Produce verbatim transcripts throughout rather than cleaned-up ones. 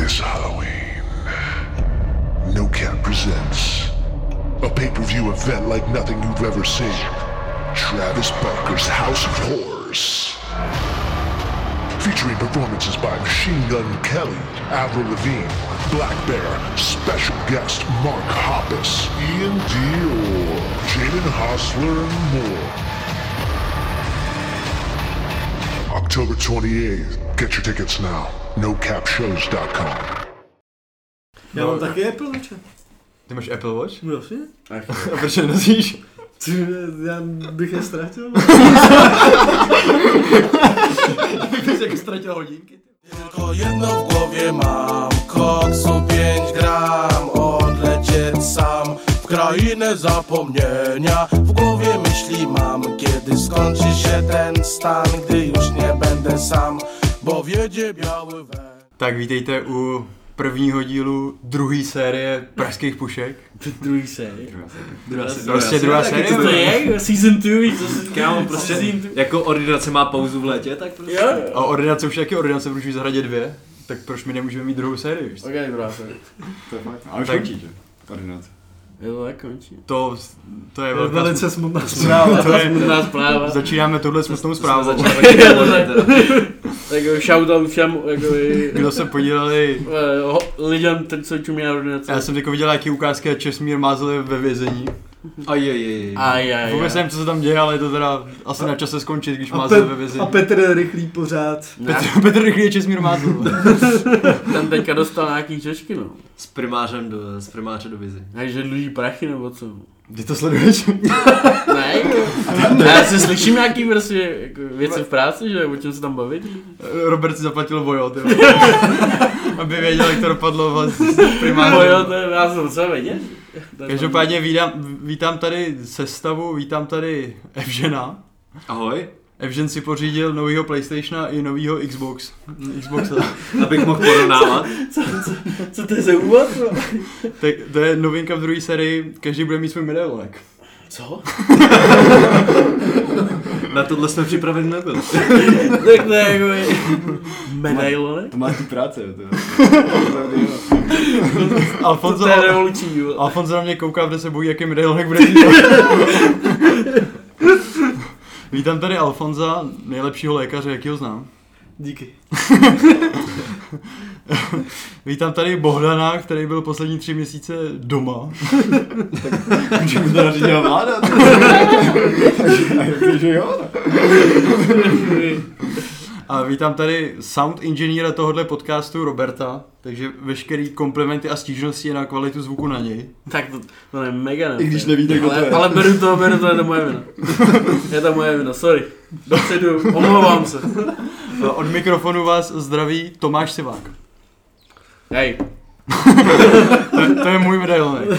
This Halloween, No Cap presents a pay-per-view event like nothing you've ever seen. Travis Barker's House of Horrors. Featuring performances by Machine Gun Kelly, Avril Lavigne, Black Bear, special guest Mark Hoppus, Ian Dior, Jaden Hostler, and more. October twenty-eighth. Get your tickets now. no cap shows dot com. Já mám taky Apple Watch. Ty máš Apple Watch? No jasně. A proč je nosíš? Já bych je ztratil. Bych jako ztratil hodinky. Tylko jedno w głowie mam, koksu pięć gram, odlecieć sam w krainę zapomnienia. W głowie myśli mam, kiedy skończy się ten stan, gdy już nie będę sam, bo wiedzie biały wen. Tak vítejte u prvního dílu druhé série pražských pušek. Druhý série. Druhá série. Prostě druhá série. Co to je? Season two, co se Kámo, prostě jako ordinace má pauzu v létě, tak prostě. Jo, A ordinace už jaký ordinace, protože už v zahradě dvě, tak proč my nemůžeme mít druhou sérii? Víš? ok, druhá série. To je fakt. A už Tak- končí, že? Ordinace. Jo, to tak končí. To, to je To je velká velice smutná zpráva. To je- smutná zpráva. Začínáme tohle smutnou zprávou. Tak shoutout všem jako i, Kdo se podíleli, eh, ho- lidem, teď co čumí na ordinaci. já jsem teď viděl jaký ukázky a Česmír Mázl je ve vězení. Ajajaj. Aj, aj, Vůbec aj. nevím, co se tam děje, ale je to teda asi na čase skončit, když A, Mázl je ve Pe- vězení. a Petr Rychlý pořád. Petr, Petr Rychlý je Česmír Mázl. Ten teďka dostal nějaký češky, no. S primářem do, z primáře do vězení. Takže dluží prachy, nebo co? Ty to sleduješ? Ne, jako, já si slyším nějaký prostě jako věci v práci, že o čem se tam bavit. Robert si zaplatil vojo, ty vole. Aby věděl, jak to dopadlo s No primářem. jo, to je, já jsem docela vědět. Každopádně vítám, vítám tady sestavu, vítám tady Evžena. Ahoj. Evžen si pořídil novýho PlayStationa i novýho Xbox. Xbox. Abych mohl porovnávat. Co, co, co to je za úvod? No? Tak to je novinka v druhé sérii, každý bude mít svůj medailonek. Co? Na tohle jsme připraveni nebyli. Tak to je jako medailony. To máš tu práce, jo. To Alfonso, To je revoluční, jo. Alfonso na mě kouká, protože se bojí, jaký medailonek bude mít. Vítám tady Alfonza, nejlepšího lékaře, jakýho znám. Díky. Vítám tady Bohdana, který byl poslední tři měsíce doma. můžeme to nařídila vláda. Takže jo. A vítám tady sound inženýra tohohle podcastu Roberta, takže veškerý komplimenty a stížnosti na kvalitu zvuku na něj. Tak to, to je mega ne. I když nevíte, kdo to ale, je. ale beru to, beru to, je to moje vina. Je to moje vina, sorry. Dopředu, omlouvám se. A od mikrofonu vás zdraví Tomáš Sivák. Hej. To, je- to je můj medailonek.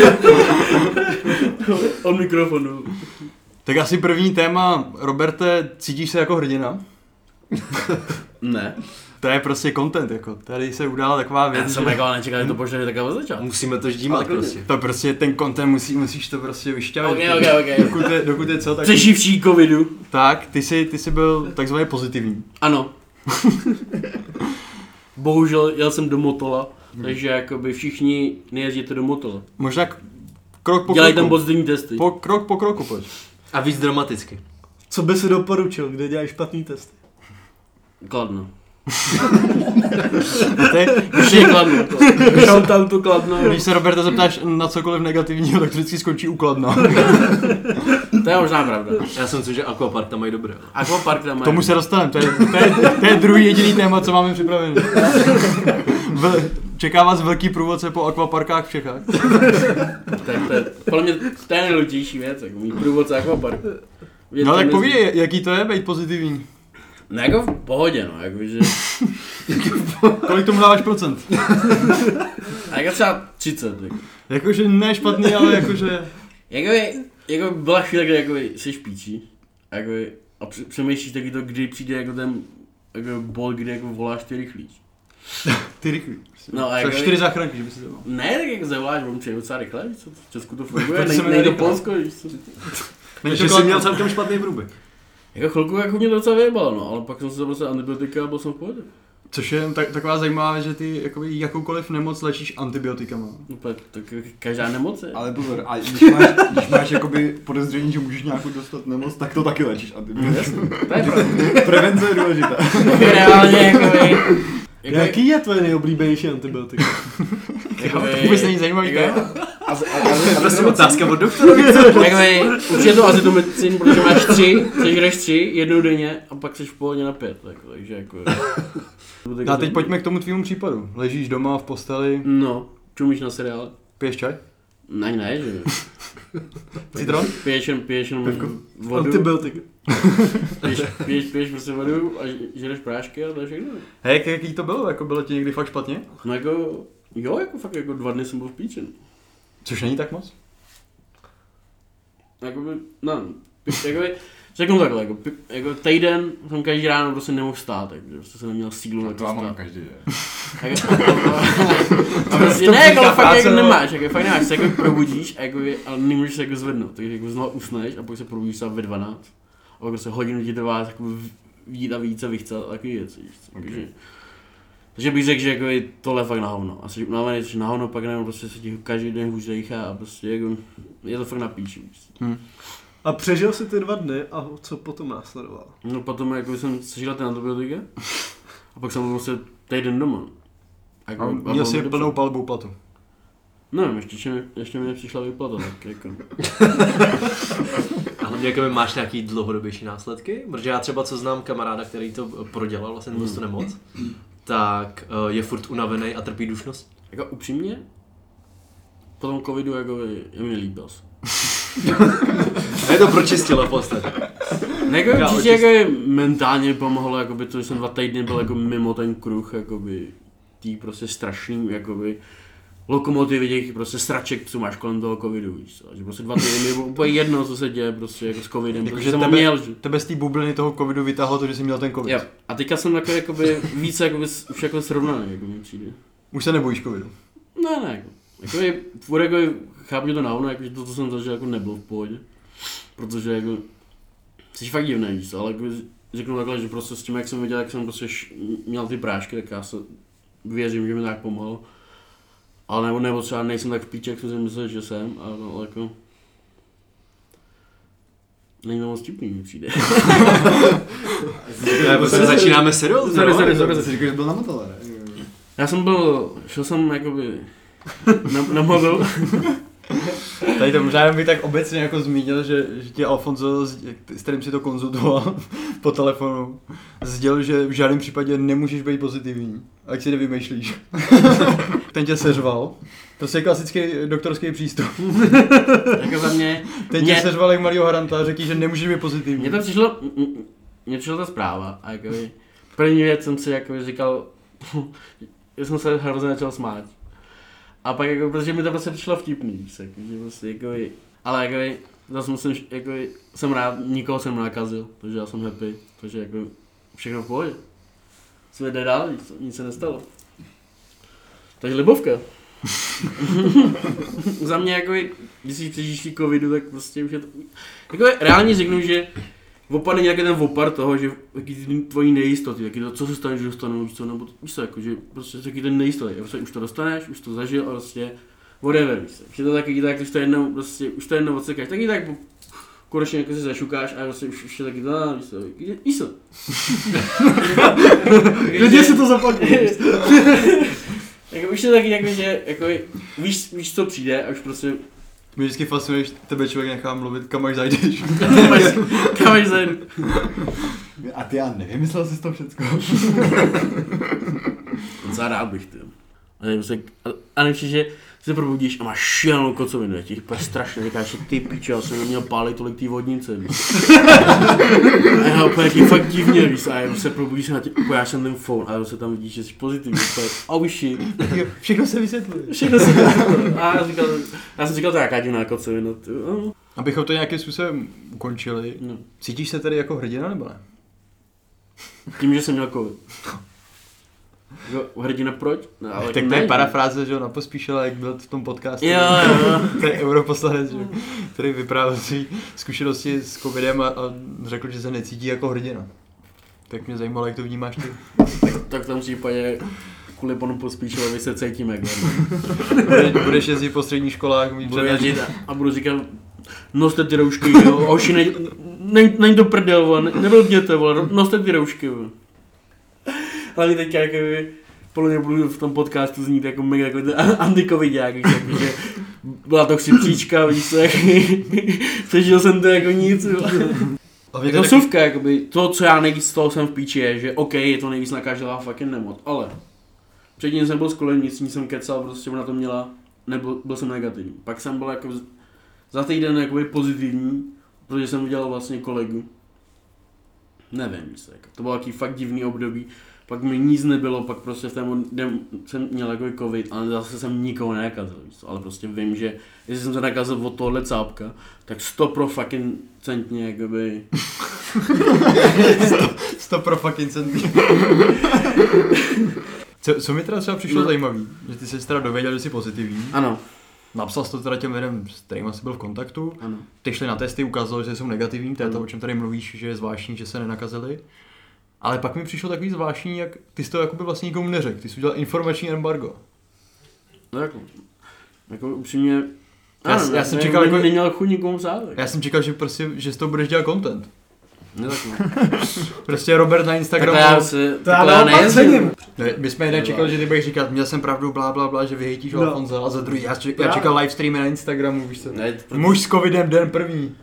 Od mikrofonu. Tak asi první téma, Roberte, cítíš se jako hrdina? Ne. To je prostě content, jako. Tady se udála taková věc, Já jsem že- jako nečekal, že to pošle takhle od začátku. Musíme to ždímat prostě. To prostě ten content musí, musíš to prostě vyšťavit. Ok, ok, ok. Dokud je, dokud je co, tak... Přeživší covidu. Tak, ty jsi, ty jsi byl takzvaně pozitivní. Ano. Bohužel jel jsem do Motola, takže jakoby všichni nejezděte do Motola. Možná k- krok po Dělají tam kroku. pozitivní testy. Po, krok po kroku, pojď. A víc dramaticky. Co by si doporučil, kde děláš špatný testy? Kladno. A ty, Už je Kladno. Šel tam to Kladno. když se Roberta zeptáš na cokoliv negativního, tak to vždycky skončí u Kladna. To je možná pravda. Já jsem si, že Aquapark tam mají dobré. Aquapark tam K má. tomu se dostaneme, to je, to je, to je druhý jediný téma, co máme připravený. V, čeká vás velký průvodce po akvaparkách v Čechách. Tak to je, podle mě to je nejlutější věc, jako mít průvodce Aquapark. No tak povídej, jaký to je být pozitivní. No jako v pohodě, no, jakože. Kolik tomu dáváš procent? A jako třeba třicet, jako. Jakože ne špatný, ale jakože... Jakoby, jako byla chvíle, kdy jako jsi píčí. A, jako, a při- přemýšlíš taky to, kdy přijde jako ten jako bol, kdy jako voláš ty rychlíč. Ty rychlý. No a To jako, čtyři záchranky, že by si to mohl. ne, tak jako zavoláš, on přijde docela rychle, víš co, v Česku to funguje, Proč nej, se mi nejde nerychle? Polsko, víš co. Takže jsi měl celkem špatný průběh. Jako chvilku jako mě docela vyjebalo, no, ale pak jsem si zabral se antibiotika a byl jsem v pohodě. Což je tak, taková zajímavá věc, že ty jakoby, jakoukoliv nemoc léčíš antibiotikama. Úplně, tak každá nemoc je. Ale pozor, a když máš, když máš jakoby podezření, že můžeš nějakou dostat nemoc, tak to taky léčíš antibiotikama. To je pravda. Prevence je důležitá. Reálně, jakoby... Jaký je tvoje nejoblíbenější antibiotika? Jakoby... Vůbec není zajímavý téma. A prostě otázka od doktora. Jakoby, určitě je to azitromycin, protože máš tři, sežereš tři, jednou denně a pak jsi v pohodě na pět, tak, takže jako... A teď pojďme k tomu tvýmu případu. Ležíš doma v posteli, No, čumíš na seriály? piješ čaj? Ne, ne, že jo. Citron? Piješ jen, piješ jen vodu, Antibiotika. piješ, piješ, piješ prostě vodu a žereš prášky a to je všechno. Hej, jaký to bylo? Jako bylo ti někdy fakt špatně? No jako, jo, jako fakt jako dva dny jsem byl v píči. Což není tak moc? Jakoby, no, jakoby, řeknu takhle, jako, jako týden jsem každý ráno prostě nemohl stát, takže prostě jsem neměl sílu na to stát. každý den. A prostě ne, jako fakt jako nemáš, jako fakt nemáš, se jako probudíš, jako, ale nemůžeš se jako zvednout, takže jako znovu usneš a pak se probudíš třeba ve dvanáct. A pak prostě hodinu ti trvá jako jít a víc a vychcat a takový věci, takže. Takže bych řekl, že jako je tohle fakt na hovno. A jsi unavený, jsi na hovno, pak nevím, prostě se ti každý den hůř dejchá a prostě jako, je to fakt na píči. Hmm. A přežil si ty dva dny a co potom následovalo? No potom jako jsem sežral ty antibiotika a pak jsem byl prostě týden doma. Jako, A měl jsi plnou palbou platu. No nevím, ještě, ještě, ještě mi nepřišla výplata, tak jako. Ale mě jako máš nějaký dlouhodobější následky? Protože já třeba co znám kamaráda, který to prodělal, vlastně hmm. to nemoc, tak uh, je furt unavený a trpí dušnost. Jako upřímně, po tom covidu jako je mi líbil. Je to pročistilo v podstatě. Ne, jako určitě jako je mentálně pomohlo, jakoby to, že jsem dva týdny byl jako mimo ten kruh, jakoby tý prostě strašný, jakoby lokomotivy těch prostě sraček, co máš kolem toho covidu, víš co? Že prostě dva týdny mi bylo úplně jedno, co se děje prostě jako s covidem, Jako, protože že jsem tebe, měl, že... tebe z té bubliny toho covidu vytáhlo to, že jsi měl ten covid. Jo. A teďka jsem takový jakoby více jakoby už jako srovnaný, jako mi přijde. Už se nebojíš covidu. Ne, ne, jako. Jakoby, furt jako chápu, že to na ono, jako, že to, co jsem zažil, jako nebylo v pohodě. Protože jako, jsi fakt divný, víš, ale jako, řeknu takhle, že prostě s tím, jak jsem viděl, jak jsem prostě š, měl ty prášky, tak já se věřím, že mi tak pomohlo. Ale nebo, nebo třeba nejsem tak v píči, jak jsem si myslel, že jsem, ale no, jako... Není to moc tipný, mi přijde. Ne, prostě začínáme seriózně. Sorry, sorry, sorry. Jsi říkal, že byl na motole. Já jsem byl, šel jsem jakoby na, na mobil. Tady to možná bych tak obecně jako zmínil, že, že ti Alfonso, s kterým si to konzultoval po telefonu, sdělil, že v žádném případě nemůžeš být pozitivní, ať si nevymýšlíš. Ten tě seřval. To je klasický doktorský přístup. Jako za mě... Ten tě seřval jak malýho haranta a řekl, že nemůžeš být pozitivní. Mně to přišlo, mně přišla ta zpráva a jakoby, první věc jsem si jakoby říkal, že jsem se hrozně začal smát. A pak jako, protože mi to prostě přišlo vtipný, že prostě jakoby, ale jakoby, zase musím, jakoby, jsem rád, nikoho jsem nakazil, takže já jsem happy, takže jako všechno v pohodě. Jsme jde dál, nic se nestalo. Takže libovka. Za mě jakoby, když si přežíš ty covidu, tak prostě už je to, jakoby, reálně řeknu, že opadne nějaký ten opar toho, že jaký ty tvojí nejistoty, jaký to, co se stane, že dostanu, víš co, nebo víš co, jako, že prostě jaký ten nejistoty, prostě už to dostaneš, už to zažil a prostě whatever, víš co, už je to taky tak, když to jednou, prostě, už to jednou odsekáš, taky tak konečně jako si zašukáš a prostě už, už je taky to, víš co, víš co. Lidi si to zaplatí. Jako už je taky tak, že jako, víš, víš co přijde a už prostě Mě vždycky fascinuje, že tebe člověk nechá mluvit, kam až zajdeš. kam až zajdu. A ty já nevymyslel jsi to všecko. Zarád bych ty. A nevím, že se probudíš a máš šílenou kocovinu, je ti úplně strašně, říkáš, že ty piče, já jsem neměl pálit tolik té vodnice, víš. A já úplně taky fakt divně, víš, a já se probudíš a já jsem ten phone a já se tam vidíš, že jsi pozitivní, úplně, oh shit. Všechno se vysvětluje. Všechno se vysvětluje. A já, říkal, já jsem říkal, to je jaká divná kocovina, ty. No. Abychom to nějakým způsobem ukončili, No. Cítíš se tedy jako hrdina nebo ne? Tím, že jsem měl covid. Jo, hrdina proč? No, ale Tak to je parafráze, že jo, na Pospíšila, jak byl v tom podcastu. Jo, jo, jo. To je europoslanec, že? Který vyprávěl své zkušenosti s covidem a, a řekl, že se necítí jako hrdina. Tak mě zajímalo, jak to vnímáš ty. Tak v tom případě kvůli panu Pospíšilovi se cítíme. Budeš jezdit po středních školách, mít Budu jezdit a budu říkat, noste ty roušky, jo, oši, nej, nej, není to prdel, vole, ne, neblbněte, vole, noste ty roušky, vole. Ale mě teďka jakoby, podle mě budu v tom podcastu znít jako mega jako antikoviďák, že byla to chřipříčka, víš co, přežil jsem to jako nic, jako suvka, jakoby, to, co já nejvíc z toho jsem v píči je, že OK, je to nejvíc nakažlá fucking nemoc, ale předtím jsem byl s kolem, nic jsem kecal, prostě ona to měla, nebyl, byl jsem negativní. Pak jsem byl jako za týden jakoby pozitivní, protože jsem udělal vlastně kolegu. Nevím, jako, to bylo taký fakt divný období. Pak mi nic nebylo, pak prostě v ten den jsem měl jako covid, ale zase jsem nikoho nenakazil, ale prostě vím, že jestli jsem se nakazil od tohohle cápka, tak sto pro fucking centně jakoby... sto pro fucking centně. Co, co mi teda třeba přišlo no. zajímavý, že ty jsi teda dověděl, že jsi pozitivní. Ano. Napsal jsi to teda těm lidem, s kterým jsi byl v kontaktu. Ano. Ty šli na testy, ukázalo, že jsou negativní, to je ano. to, o čem tady mluvíš, že je zvláštní, že se nenakazili. Ale pak mi přišlo takový zvláštní, jak ty jsi to jakoby vlastně nikomu neřekl, ty jsi udělal informační embargo. No jako, jako upřímně, já, ano, já jsem čekal, jako, neměl chuť nikomu psát. Já jsem čekal, že prostě, že z toho budeš dělat content. Ne tak Prostě Robert na Instagramu. Takhle já si, to já nejezdím. Ne, my jsme jeden čekali, že ty budeš říkat, měl jsem pravdu, blá, blá, blá, že vyhejtíš no. Alfonza, a za druhý, já, ček, já čekal live streamy na Instagramu, víš co. Ne, proto... Muž s covidem, den první.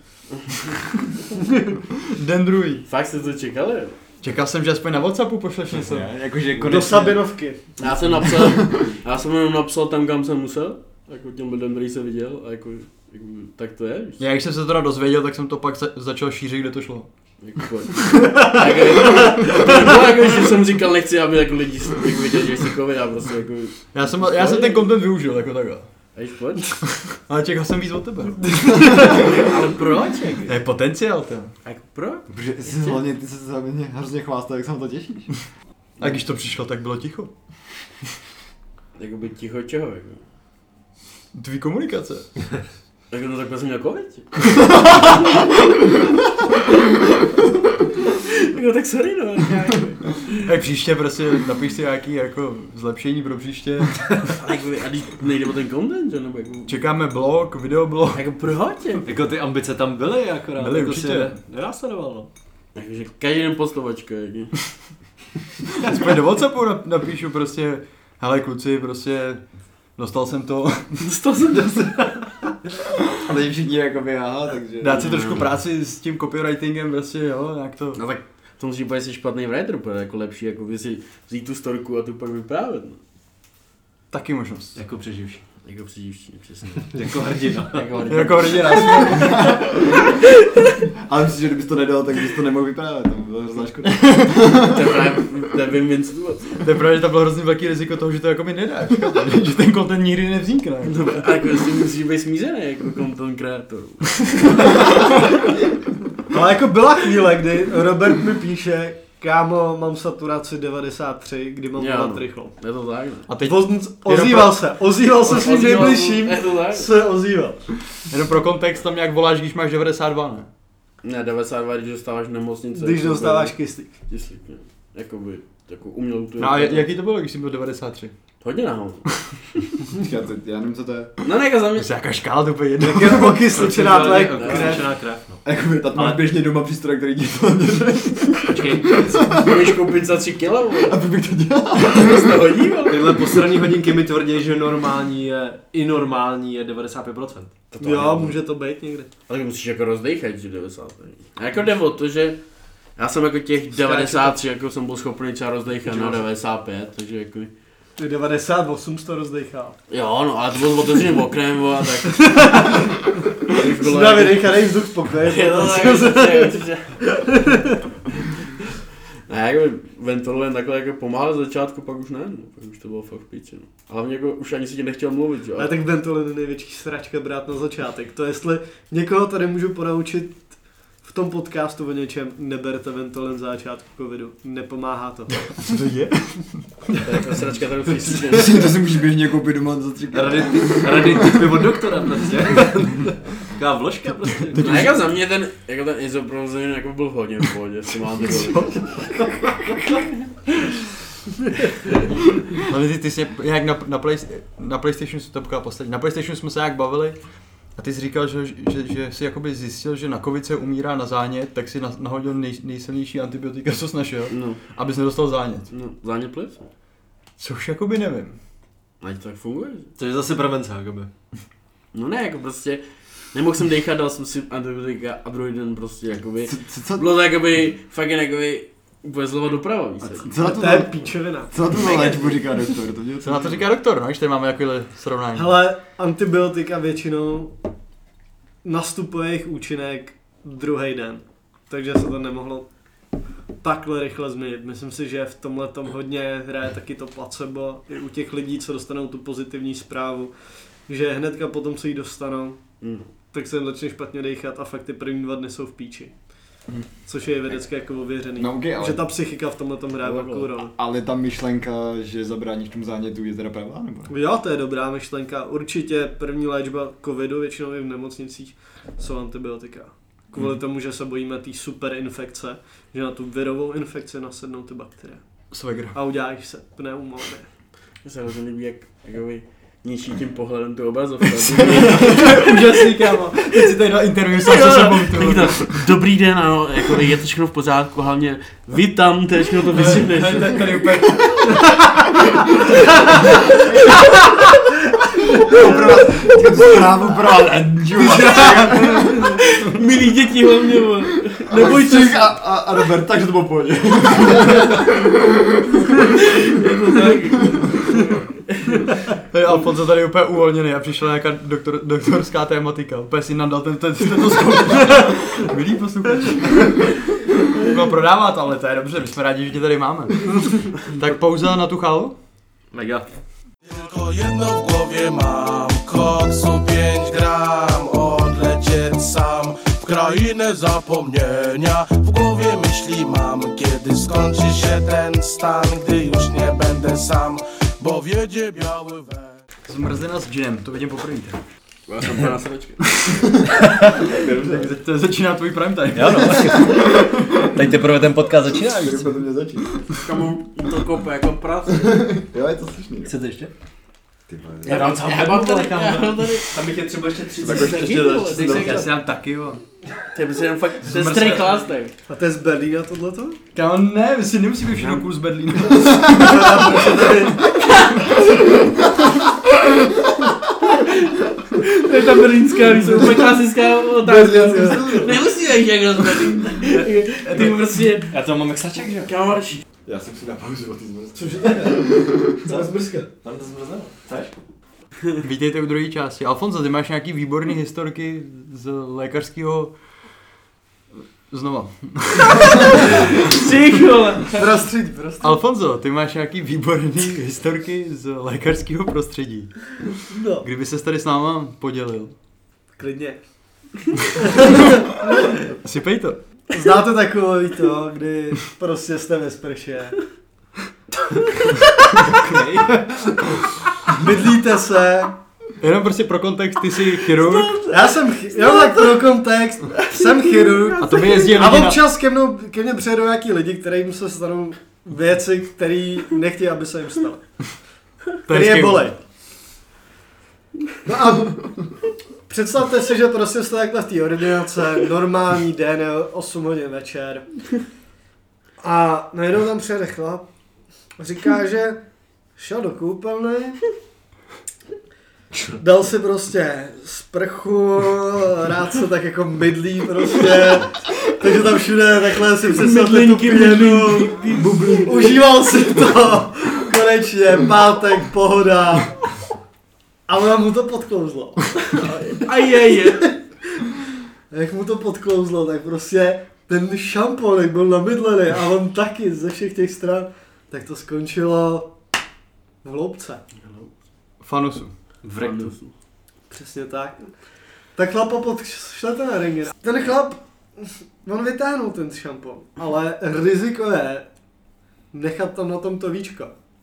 Den druhý. Fakt jste to čekali? Čekal jsem, že aspoň na WhatsAppu pošleš něco. Jakože do Sabinovky. Já jsem napsal, já jsem jenom napsal tam, kam jsem musel, jako těm lidem, který se viděl, a jako, jako tak to je. Já když jsem se teda dozvěděl, tak jsem to pak za, začal šířit, kde to šlo. Jako, jako, to nebylo jako, že jsem říkal, nechci, aby jako lidi jako viděli, že jsi covid, a prostě jako... Já jsem, já jsem ten content využil, jako takhle. Ejš, pojď. Ale čekal jsem víc od tebe. Ale proč? To je potenciál, to. Jako proč? Protože jsi hlavně, ty se za mě hrozně chvástal, jak se na to těšíš. A když to přišlo, tak bylo ticho. Jakoby ticho čeho, jako? Tvý komunikace. Jako no takhle jsem měl covid. Jako tak sorry, no. Tak příště prostě napiš si nějaký jako zlepšení pro příště. Ale jako, a když nejde o ten content, že? Nebo jako... Čekáme blog, videoblog. Jako proč? Jako ty ambice tam byly akorát. Byly jako určitě. Nenásledoval, no. Takže každý den poslovačka, jak Aspoň do WhatsAppu napíšu prostě, hele kluci, prostě dostal jsem to. Dostal jsem to. A teď všichni jakoby, aha, takže... Dát si trošku práci s tím copywritingem, prostě jo, nějak to... No tak v tom případě jsi špatný writer, protože jako lepší jako by si vzít tu storku a tu pak vyprávět. No. Taky možnost. Jako přeživší. Jako přeživší, přesně. Jako hrdina. Jako hrdina. Jako hrdina. Ale myslím, že kdybys to nedal, tak bys to nemohl vyprávět, to by bylo hrozná škoda. To je právě, to je win-win situace. To je právě, že tam bylo hrozně velký riziko toho, že to jako mi nedáš, že ten content nikdy nevznikne. No, a jako si musíš být smířený jako content creator. Ale jako byla chvíle, kdy Robert mi píše, kámo, mám saturaci devadesát tři, kdy mám volat no. rychlo. Je to tak, ne? A teď Voz, ozýval se, ozýval se svým Ozýval, nejbližším, je to tak? se ozýval. jenom pro kontext tam nějak voláš, když máš devadesát dva, ne? Ne, devadesát dva, když dostáváš v nemocnici. Když dostáváš kyslík. Kyslík, ne. Jakoby, jako umělou tu... No a jaký to bylo, když jsi byl devadesát tři? Hodně nahoru. Já, to, já nevím, co to je. No ne, za mě... To je jaká škála, to úplně jedno. Tak je okysličená tvoje krev. Okysličená krev, no. A jakoby, tady máš běžně doma přístroj, který ti to měří. Počkej, Můžeš koupit za tři kila, A to bych to dělal. to se hodí, vole. tyhle poslední hodinky mi tvrdí, že normální je, i normální je devadesát pět procent. Jo, může to být někde. Ale musíš jako rozdejchat, že devadesát. A jako jde o to, že já jsem jako těch devadesát tři jako jsem byl schopný třeba rozdejchat na devadesát pět, takže jako... Ty devadesát osm to rozdejchal. Jo, no ale to bylo otevřeným oknem, a tak... Jsi dal vydejchanej vzduch z pokoje. Je to tak, určitě, určitě. Ne, jako Ventolin takhle jako pomáhal z začátku, pak už ne, no. Pak už to bylo fakt v píči, no. A hlavně jako už ani si tě nechtěl mluvit, jo. Ale tak Ventolin je největší sračka brát na začátek. To jestli někoho tady můžu ponaučit v tom podcastu o něčem neberte Ventolin začátku covidu. Nepomáhá to. Co to je? To je jako sračka tady fyzicky. To si můžeš běžně koupit doma za tři Rady, rady typy od doktora prostě. Taková vložka prostě. No jako za mě ten, jako ten izoprozen jako byl hodně v pohodě, si mám takový. Ale ty, ty jsi jak na, na, play, na PlayStationu, to byla poslední, na PlayStationu jsme se jak bavili a ty jsi říkal, že, že, že jsi jakoby zjistil, že na covid se umírá na zánět, tak si nahodil nej, nejsilnější antibiotika, co jsi našel, No. abys nedostal zánět. No, zánět pliv? Což jakoby nevím. Ať to tak funguje. To je zase prevence, jakoby. No ne, jako prostě, nemohl jsem dechat, dal jsem si antibiotika a druhý den prostě jakoby, Co, co, co, bylo to jakoby, fakt jen jakoby, úplně zlova doprava, víš se. co na to To je píčovina. co na to za léčbu říká doktor? To mě Co na to říká doktor, no, když tady máme jakýhle srovnání. Hele, antibiotika většinou nastupuje jejich účinek druhý den. Takže se to nemohlo takhle rychle změnit. Myslím si, že v tomhle tom hodně hraje taky to placebo i u těch lidí, co dostanou tu pozitivní zprávu, že hnedka potom, co ji dostanou, Mm. tak se jim začne špatně dechat a fakt ty první dva dny jsou v píči. Mhm. Což je vědecky jako ověřený. No, okay, ale- Že ta psychika v tomhle tom hraje velkou roli. Ale ta myšlenka, že zabráníš tomu zánětu, je teda pravá, nebo? Jo, to je dobrá myšlenka. Určitě první léčba covidu, většinou i v nemocnicích, jsou antibiotika. Kvůli Hmm. tomu, že se bojíme té super infekce, že na tu virovou infekci nasednou ty bakterie. Swagger. A uděláš se pneumónie. Mně se hrozně líbí, jak jakoby ničí tím pohledem tu obrazovku. Úžasný, kámo. Teď si tady na interview sám se sebou, ty vole. Dobrý den, ano, jako je to všechno v pořádku, hlavně vy tam, to všechno to vysypneš. Tady- Tady úplně... Zprávu pro vás. Milí děti hlavně, vole. Nebojte se. A, a, a Robert, takže to bylo v pohodě. Je to tak. Tady Alfonso tady úplně uvolněný a přišla nějaká doktor, doktorská tématika. Úplně si nadal ten, ten, ten to Milí posluchači. No prodává to, ale to je dobře, my jsme rádi, že tě tady máme. Tak pauza na tu chalu? Mega. Tylko jedno w głowie mam, koksu pięć gram, odlecieć sam w krainę zapomnienia. W głowie myśli mam, kiedy skończy się ten stan, gdy już nie będę sam, bo wiedzie biały węch. Zmrzlina s džinem, to vidím poprvé. Já jsem pana sračka. Tak to začíná tvůj prime time. Jo no. Teď teprve ten podcast začíná, víš? To mě začít. Kamu to kope jako práce. Jo, je to slušný. Chcete ještě? Ty vole. Já dám celou mám tady, já mám tady. Tam bych je třeba ještě třicet. Tak ještě ještě další. Já si dám taky, jo. To je prostě jen fakt, to je starý klástek. A to je z Berlína tohleto? Kámo, ne, my si nemusíme všechno cool z Berlína. To je ta berlínská, víš, úplně klasická otázka. Nemusíme jít jak rozběrný. Ty prostě, Já to mám extraček, že jo? kámoš. Já jsem si dal pauzu o ty zmrzky. Cože to je? Co je zmrzka? Tam to zmrzelo. Chceš? Vítejte u druhé části. Alfonso, ty máš nějaký výborný historky z lékařského... Znova. Ty vole. Prostředí, prostředí. Alfonso, ty máš nějaký výborný historky z lékařského prostředí. No, Kdyby ses tady s náma podělil. klidně. Sypej to. Znáte takový to, kdy prostě jste ve sprše. Bydlíte se. Jenom prostě pro kontext, ty jsi chirurg Já jsem, chy- jo tak pro kontext, jsem chirurg. a to by jezdí A lidi na... občas ke, mnou, ke mně přijedou nějaký lidi, kterým se stanou věci, které nechtějí, aby se jim staly. To Který je hezký. bolej. No a představte si, že prostě jste takhle v té ordinace, normální den, osm hodin večer. A najednou tam přijede chlap, říká, že šel do koupelny, dal si prostě sprchu, rád se tak jako mydlí prostě, takže tam všude takhle si představte tu pěnu, užíval si to, konečně, pátek, pohoda. A ona mu to podklouzlo. A je, je. Jak mu to podklouzlo, tak prostě ten šampon, jak byl namydlený a on taky ze všech těch stran, tak to skončilo v hloubce. Fanusu. V rektu. Přesně tak. Tak chlapa podšlete na rentgen. Ten chlap on vytáhnul ten šampon, ale riziko je nechat tam na tom to víčko.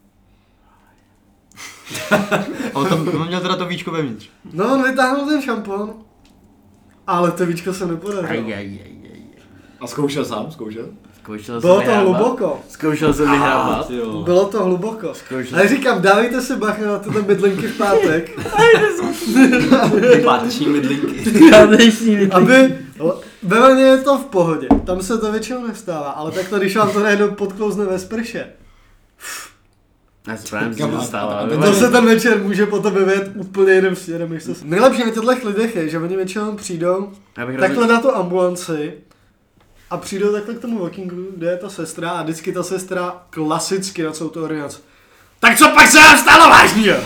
On tam on měl teda to víčko vevnitř. No, on vytáhnul ten šampon, ale to víčko se nepodařilo. A zkoušel sám, zkoušel? Zkoušel jsem Bylo to vyhrábat. hluboko. Zkoušel jsem vyhrábat. Bylo to hluboko. Zkoušel Ale říkám, dávejte si bacha na tyto bydlinky v pátek, Páteční mydlinky. jsem... aby... Ve vaně je to v pohodě, tam se to většinou nestává, ale tak to, když vám to najednou podklouzne ve sprše, Já si právě Kam myslím, a- že stává. a- to se ten večer může potom vyvět úplně jiným směrem, než to... Nejlepší na těchto lidech je, že oni většinou přijdou Já bych takhle na tu ambulanci a přijdou takhle k tomu walkingu, kde je ta sestra a vždycky ta sestra klasicky na celou tu ordinaci. Tak co pak se vám stalo vážně?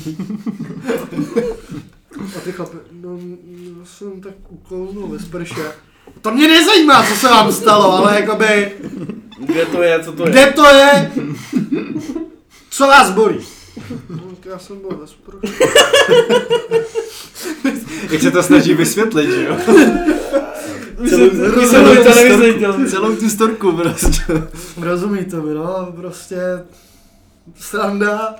A ty chlapi, no, no jsem tak uklouznul ve sprše. To mě nezajímá, co se vám stalo, ale jakoby, Kde to je, co to je? kde to je? Co vás bolí? No, já jsem byl ve sprše. Jak se to snaží vysvětlit, že jo? Celou, celou, to nevysvětlil. Celou tu storku prostě. Rozumíte mi, no, prostě sranda.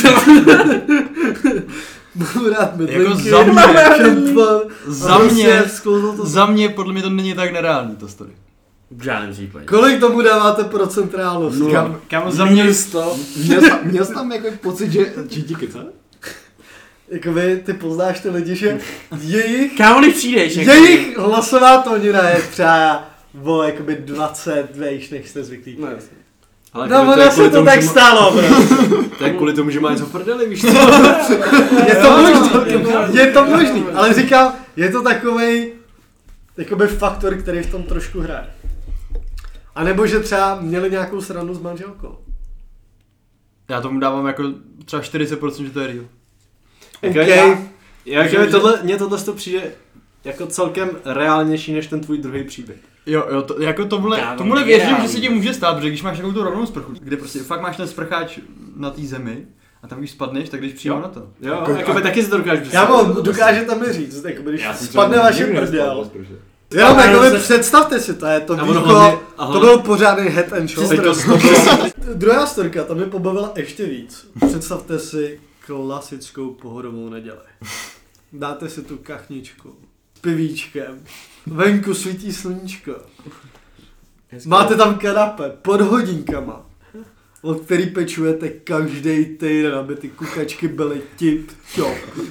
Budu rád mydlinky. Jako za mě. šampon, Za a prostě mě, sklouzlo to. za mě podle mě to není tak nereálný to story. V žádném případě. Kolik tomu dáváte procent reálnosti? Nula. Kam, kam za mě sto. Měl jsi, měl jsi tam jako pocit, že... Či díky, co? Jakoby ty poznáš ty lidi, že jejich, Kámo, když přijdeš, jako... jejich hlasová tónina je třeba o jakoby dvacet vejš, než jste zvyklí. No, jasně. Ale No, ono se to tak stalo, prostě. To je kvůli tomu, že má něco v prdeli, víš co? Je to možný, je to možný, ale říkám, je to takovej jakoby faktor, který v tom trošku hraje. A nebo že třeba měli nějakou srandu s manželkou. Já tomu dávám jako třeba čtyřicet procent, že to je real. Jako OK. já, jako mě tohle, mně tohle to přijde jako celkem reálnější než ten tvůj druhý příběh. Jo, jo, to, jako tomuhle, Kámo, tomuhle je věřím, že reálný. se ti může stát, protože když máš takovou tu rovnou sprchu, kde prostě fakt máš ten sprcháč na té zemi a tam když spadneš, tak když přímo Jo. na to. Jo, Jako- jako by taky si to dokážeš Já představit. mám, dokážete mi říct, jakoby, když Já jsem spadne třeba vaše nikdy nespadl prdel. z sprše. Jenom A jakoby se- představte si to, je to A ono víko, hlavně- a to hlavně- byl pořádný head and shoulder. To- to bylo- Druhá storka, ta mě pobavila ještě víc. Představte si klasickou pohodovou neděli. Dáte si tu kachničku s pivíčkem, venku svítí sluníčko. Máte tam kanapé pod hodinkama, o který pečujete každý týden, aby ty kukačky byly tip top.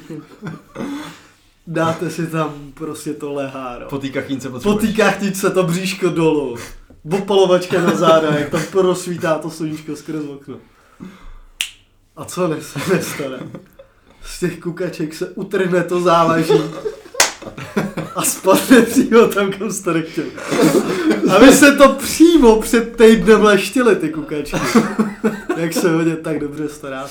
Dáte si tam prostě to leháro. Po té kachínce Po potřebuješ. té kachničce to bříško dolů. Opalovačka na záda, jak tam prosvítá to sluníčko skrz okno. A co ne, se nestane? Z těch kukaček se utrhne to závaží a spadne přímo tam, kam jste nechtěli. A vy se to přímo před týdnem leštili, ty kukačky. Jak se o ně tak dobře staráte.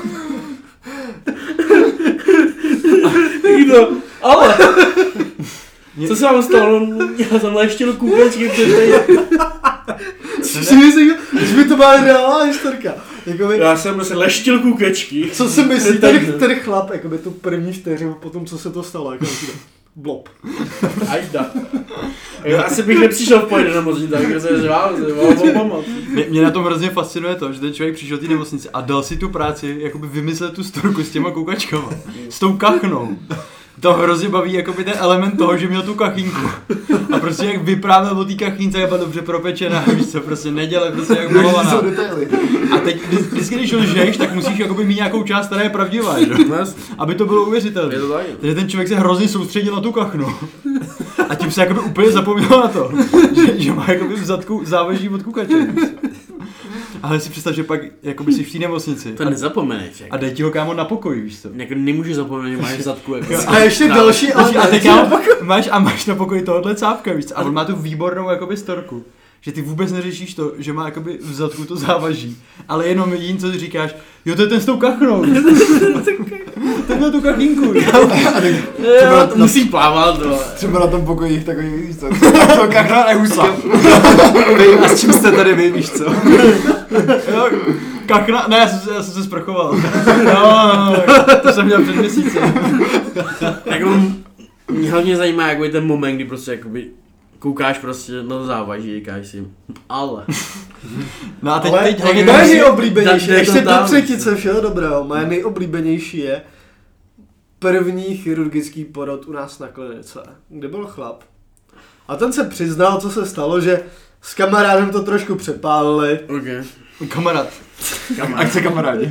Nikdo, ale... Co se vám stalo? Já jsem leštil kukačky před týdnem. Si myslím, že by to byla reálná historka. Jakoby, Já jsem prostě leštil kukačky. co si myslíte, Před týdnem. ten chlap, jakoby tu první vteřinu po tom, co se to stalo, jako blob. Ajda. Já asi bych nepřišel v pojedě nemocnici, takže se řval, se řval pomoc. Mě, mě na tom hrozně fascinuje to, že ten člověk přišel té nemocnici a dal si tu práci, jakoby vymyslet tu storku s těma kukačkama, s tou kachnou. To hrozně baví jakoby ten element toho, že měl tu kachínku. A prostě jak vyprávěl o té kachínce, jak byla dobře propečená, víš co, prostě neděle, prostě jak malovaná. Jsou detaily. A teď, vždy- vždycky, když lžeš, tak musíš jakoby mít nějakou část, která je pravdivá, že? Aby to bylo uvěřitelné. Je to tak? Takže ten člověk se hrozně soustředil na tu kachnu. A tím se jakoby úplně zapomněl na to, že, že má jakoby v zadku závaží od kukaček. Ale si představ, že pak jakoby jsi v té nemocnici To a, nezapomeneš, a jako. dej ti ho kámo na pokoj, víš co? Jako nemůžeš zapomenout, že máš v zadku, jako. A ještě další, ale A teď kámo, máš a máš na pokoji tohohle cápka, víš co? A on má tu výbornou jakoby storku. Že ty vůbec neřešíš to, že má jakoby v zadku to závaží, ale jenom jediný, co ty říkáš, jo to je ten s tou kachnou, ten měl tu kachínku. Jo, to musí plavat, no. Třeba na tom pokoji jich takový, víš co, to kachna neusla. Vy, a s čím jste tady vy, víš co? Jo, kachna, ne, já jsem, se- já jsem se sprchoval. No, no, no, to jsem měl před měsícem. Jako, mě hlavně zajímá, jako je ten moment, kdy prostě jakoby koukáš prostě na závaží, říkáš si, ale. No a teď, Ale teď, moje teď, nejoblíbenější, tak- ještě tak to do tam- třetice všeho dobrého, moje nejoblíbenější je první chirurgický porod u nás na klinice, kde byl chlap. A ten se přiznal, co se stalo, že s kamarádem to trošku přepálili. Okay. kamarád. Akce kamarádi.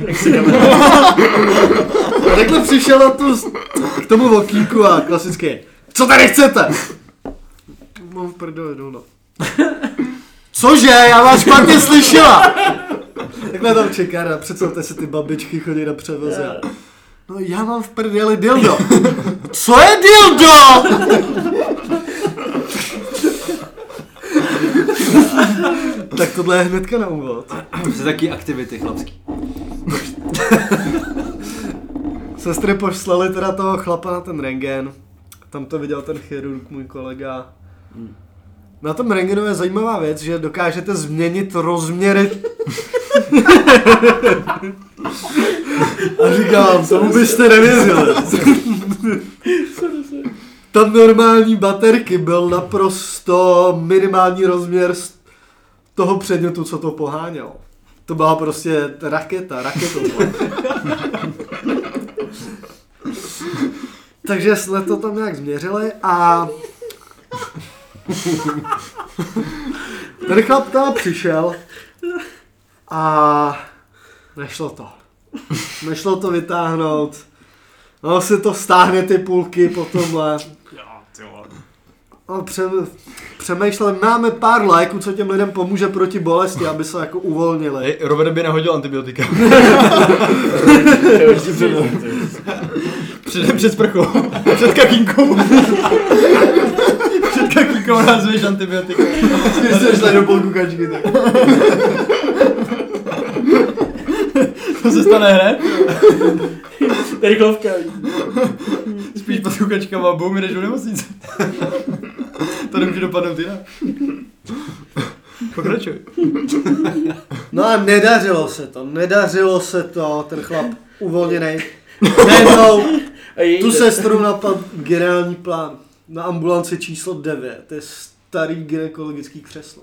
A takhle přišel na tu, k tomu okýnku a klasicky, co tady chcete? Mám v prdeli, no. Cože, já vás špatně slyšela! Takhle tam čeká, představte si ty babičky chodí na převozy. No já mám v prdeli dildo. Co je dildo? Tak tohle je hnedka na úvod. To je taky aktivity chlapský. Sestry poslali teda toho chlapa na ten rentgen. Tam to viděl ten chirurg, můj kolega. Na tom rentgenu je zajímavá věc, že dokážete změnit rozměry. A říkám, tomu byste nevěřili. Tam normální baterky byl naprosto minimální rozměr z toho předmětu, co to poháněl. To byla prostě raketa, raketová. Takže jsme to tam nějak změřili a ten chlap tam přišel a nešlo to. Nešlo to vytáhnout. No si to stáhne ty půlky po tomhle. No, přem, přemýšlel, máme pár léků, co těm lidem pomůže proti bolesti, aby se jako uvolnili. Hej, Robert by nehodil antibiotika. Před, před sprchou. Před kakínkou. Před kakínkou nazveš antibiotika. Když jsi šli do polku kačky, tak. To se stane hned. Rychlovka. Spíš pod kukačkama a boum jdeš do nemocnice. To nemůže dopadnout jinak. Pokračuj. No a nedařilo se to, nedařilo se to, ten chlap uvolněnej. Najednou tu sestru napadl geniální plán. Na ambulanci číslo devět, to je starý gynekologický křeslo.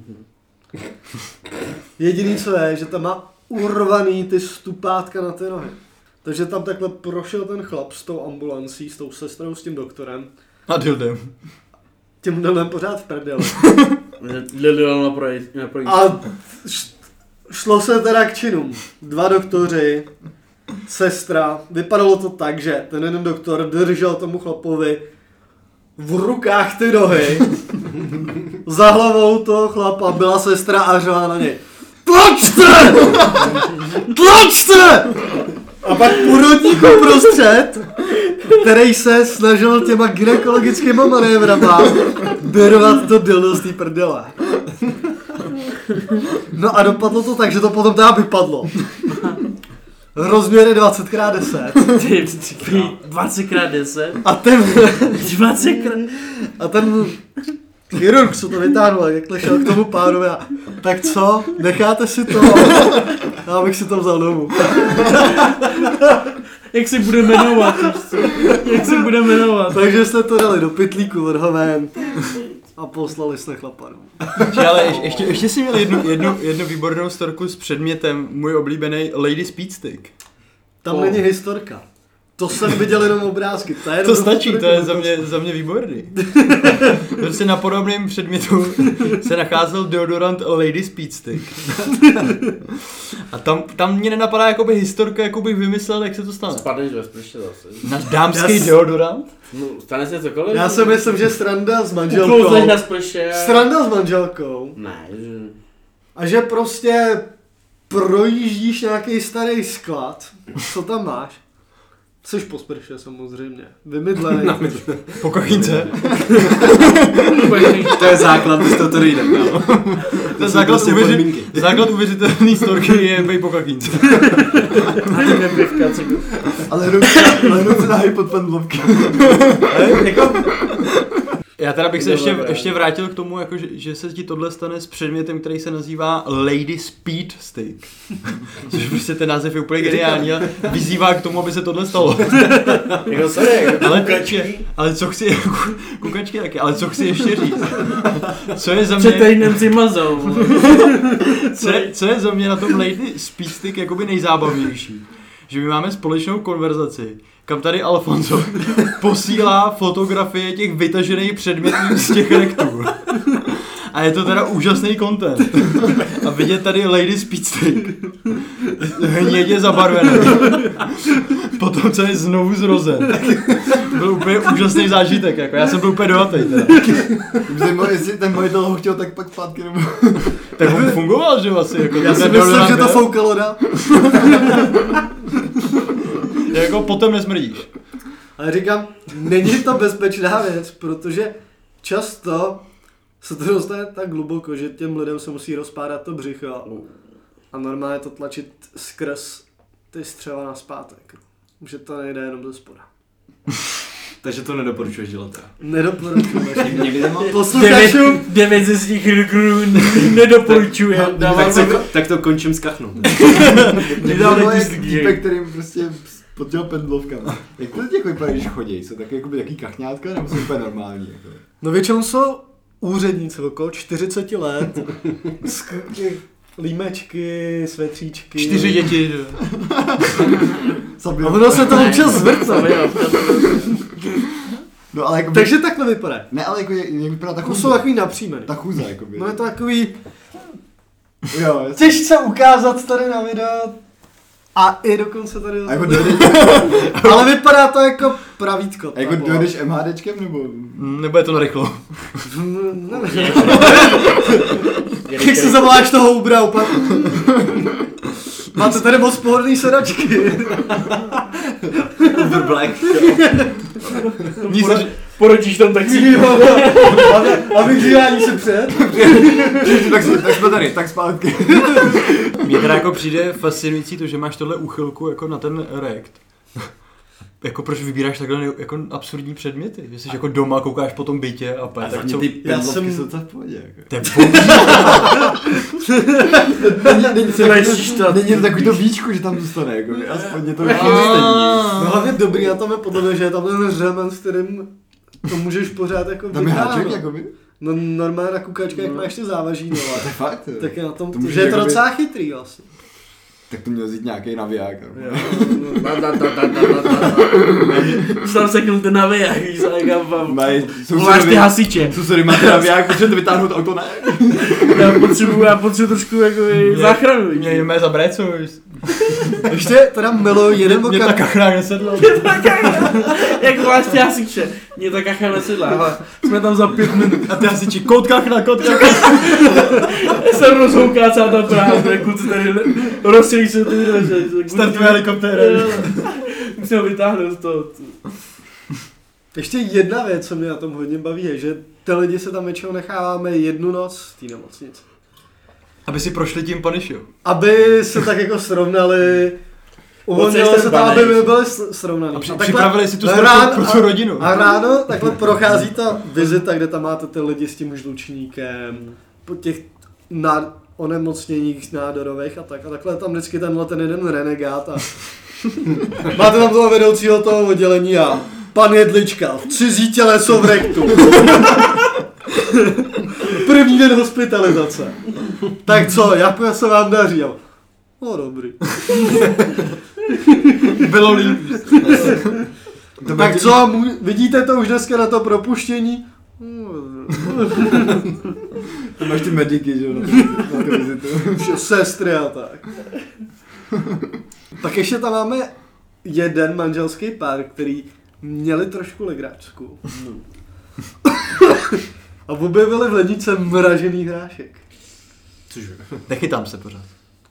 Jediný co je, že tam má urvaný ty stupátka na ty nohy. Takže tam takhle prošel ten chlap s tou ambulancí, s tou sestrou, s tím doktorem. A dildem. Tím dildem pořád v prdeli. Dildem na projít. Na projít. A š- šlo se teda k činům. Dva doktoři, sestra. Vypadalo to tak, že ten jeden doktor držel tomu chlapovi v rukách ty nohy. Za hlavou toho chlapa byla sestra a řvala na něj. Tlačte! Tlačte! A pak půrodník uprostřed, který se snažil těma gynekologickýma manévrama vyrvat to dildo z té prdele. No a dopadlo to tak, že to potom teda vypadlo. Rozměr je dvacet krát deset. dvacet krát deset? A ten... dvacet krát... A ten chirurg, co to vytáhnul, jak šel k tomu pánovi a tak co, necháte si to? Já bych si to vzal domů. Jak se bude jmenovat? Jak se bude jmenovat? Takže jsme to dali do pytlíku od hoven a poslali jsme chlapa domů. Ale ještě, ještě, ještě jsi měl jednu, jednu, jednu výbornou storku s předmětem, můj oblíbený Lady Speedstick. Tam Oh. není historka. To jsem viděl jenom obrázky. To, je To stačí, to je za mě, za mě výborný. Prostě na podobném předmětu se nacházel deodorant Lady Speedstick. A tam, tam mě nenapadá jakoby historka, jakou bych vymyslel, jak se to stane. Spadneš ve sprše zase. Na dámský Já s- deodorant? No, stane se cokoliv? Já si myslím, že sranda s Uklouzeš manželkou. na sprše. Sranda s manželkou. Ne, že... A že prostě projíždíš nějaký starý sklad. Co tam máš? Jseš po sprše samozřejmě. Vymydlený. Po kachínce? To je základ, bez toho to nejde, kámo. To je základ, prostě uvěřit, podmínky. základ uvěřitelný storky je bej po kachínce. A ty nepivka, co... Ale jenom, ale jenom se nahají pod pendlovky. Já teda bych se Tohle ještě, je ještě vrátil k tomu, jako, že, že se ti tohle stane s předmětem, který se nazývá Lady Speed Stick. Což prostě ten název je úplně geniální a vyzývá k tomu, aby se tohle stalo. Jako co je? Ale, ale co chci, kukačky taky, ale co chci ještě říct? Co je za mě... Před týdnem si mazou. Co je, co je za mě na tom Lady Speed Stick jakoby nejzábavnější? Že my máme společnou konverzaci, kam tady Alfonso posílá fotografie těch vytažených předmětů z těch rektur. A je to teda úžasný content. A vidět tady Lady Speed Stick hnědě zabarvený. Potom, co je znovu zrozen. To byl úplně úžasný zážitek, jako já jsem byl úplně dojatý teda. Zajímavé, jestli ten majitel ho chtěl tak pak zpátky nebo... Tak on fungoval, že asi. Jako Já si myslím, že to foukalo, da. Jako potom nesmrdíš. Ale říkám, není to bezpečná věc, protože často se to dostane tak hluboko, že těm lidem se musí rozpádat to břicho a normálně to tlačit skrz ty střeva na zpátek. Že to nejde jenom do spoda. Takže to nedoporučuješ dělat teda. Nedoporučuji. Někdy tam mám... Posluchačům Devět ze z těch rekrů nedoporučujem. Tak, se, tak to končím s kachnou. Nebo jak týpek, kterým prostě pod těma pendlovkama. Jak to těch vypadá, když chodí? Jsou taky jakoby taký kachňátka, nebo jsou úplně normální? Jako? No většinou jsou úředníci okolo čtyřicet let. Těch límečky, svetříčky. Čtyři děti, že? A ono se to občas zvrtne, jo. No ale jako... Takže takhle vypadá. Ne, ale jako jak, jak vypadá ta To chůze? jsou takový napřímený. Ta chůze, jakoby. No je to takový Jo, jasně. těžce ukázat tady na video. A i dokonce tady... A jako dojdeš, Ale vypadá to jako pravítko. a jako dojdeš MHDčkem, nebo... Nebo je to narychlo? Nevím. Jak se zavoláš toho Ubera úplně... Máte tady moc pohodlný sedačky. Uber Black. Nic, porodíš tam taxi. A vyžívání se před. tak, jsme, tak jsme tady, tak zpátky. Mně teda jako přijde fascinující to, že máš tohle úchylku jako na ten rekt. Jako proč vybíráš takhle ne, jako absurdní předměty? Že jsi jako doma, koukáš po tom bytě a pak tak co... ty Já pendlovky jsem- jsou docela v pohodě, jako. To je Není, není, Se mají šíštat. není to takový to víčko, že tam zůstane, jako, aspoň je to taky No hlavně dobrý na tom je podle mě, že je tam ten řemen, s kterým to můžeš pořád jako tam je háček, vytáhnout. jakoby. No normálně na kukačka, jak máš ty závaží, no, To je fakt, jo. tak je na tom, To můžeš že je to jakoby- docela chytrý vlastně. Tak to měl vzít nějaký naviják. Tam seknul ten naviják, víš, a jak vám... Mají Voláš ty hasiče. Susery máte naviják, potřebujete vytáhnout auto, ne? Já potřebuji, já potřebuji trošku jako záchranu, víš. Mě jdeme za brecu, Ještě teda Melo jeden mě ta okamžik. kachna nesedla. Jak voláš ty hasiče. Mě ta kacha nesedla, ale jsme tam za pět minut. A ty asi či kout kachna, kout kachna. Jsem rozhouká celá ta Praha, že kluci tady rozsilí se ty že Startuje helikoptéra. Musím ho vytáhnout z toho. Ještě jedna věc, co mě na tom hodně baví, je, že ty lidi se tam většinou necháváme jednu noc v té nemocnici. Aby si prošli tím Punishu. Aby se tak jako srovnali, uvolnilo ten se tam, aby Punisher. my byli s- srovnaný. A při- takhle připravili si tu ráno- startu pro tu rodinu. A ráno takhle prochází ta vizita, kde tam máte ty lidi s tím žlučníkem, po těch ná, onemocněních nádorových a tak. A takhle je tam vždycky tenhle ten jeden renegát a máte tam toho vedoucího toho oddělení a pan Jedlička, cizí těleso v rektu. První den hospitalizace. Tak co, jak se vám daří? A- No dobrý. Bylo líp. Tak co, můj, vidíte to už dneska na to propuštění? To máš ty mediky, že jo, na tu- na tu vizitu. Vše sestry a tak. Tak ještě tam máme jeden manželský pár, který měli trošku legráčku. A objevili v lednice mražený hrášek. Cože? Nechytám se pořád.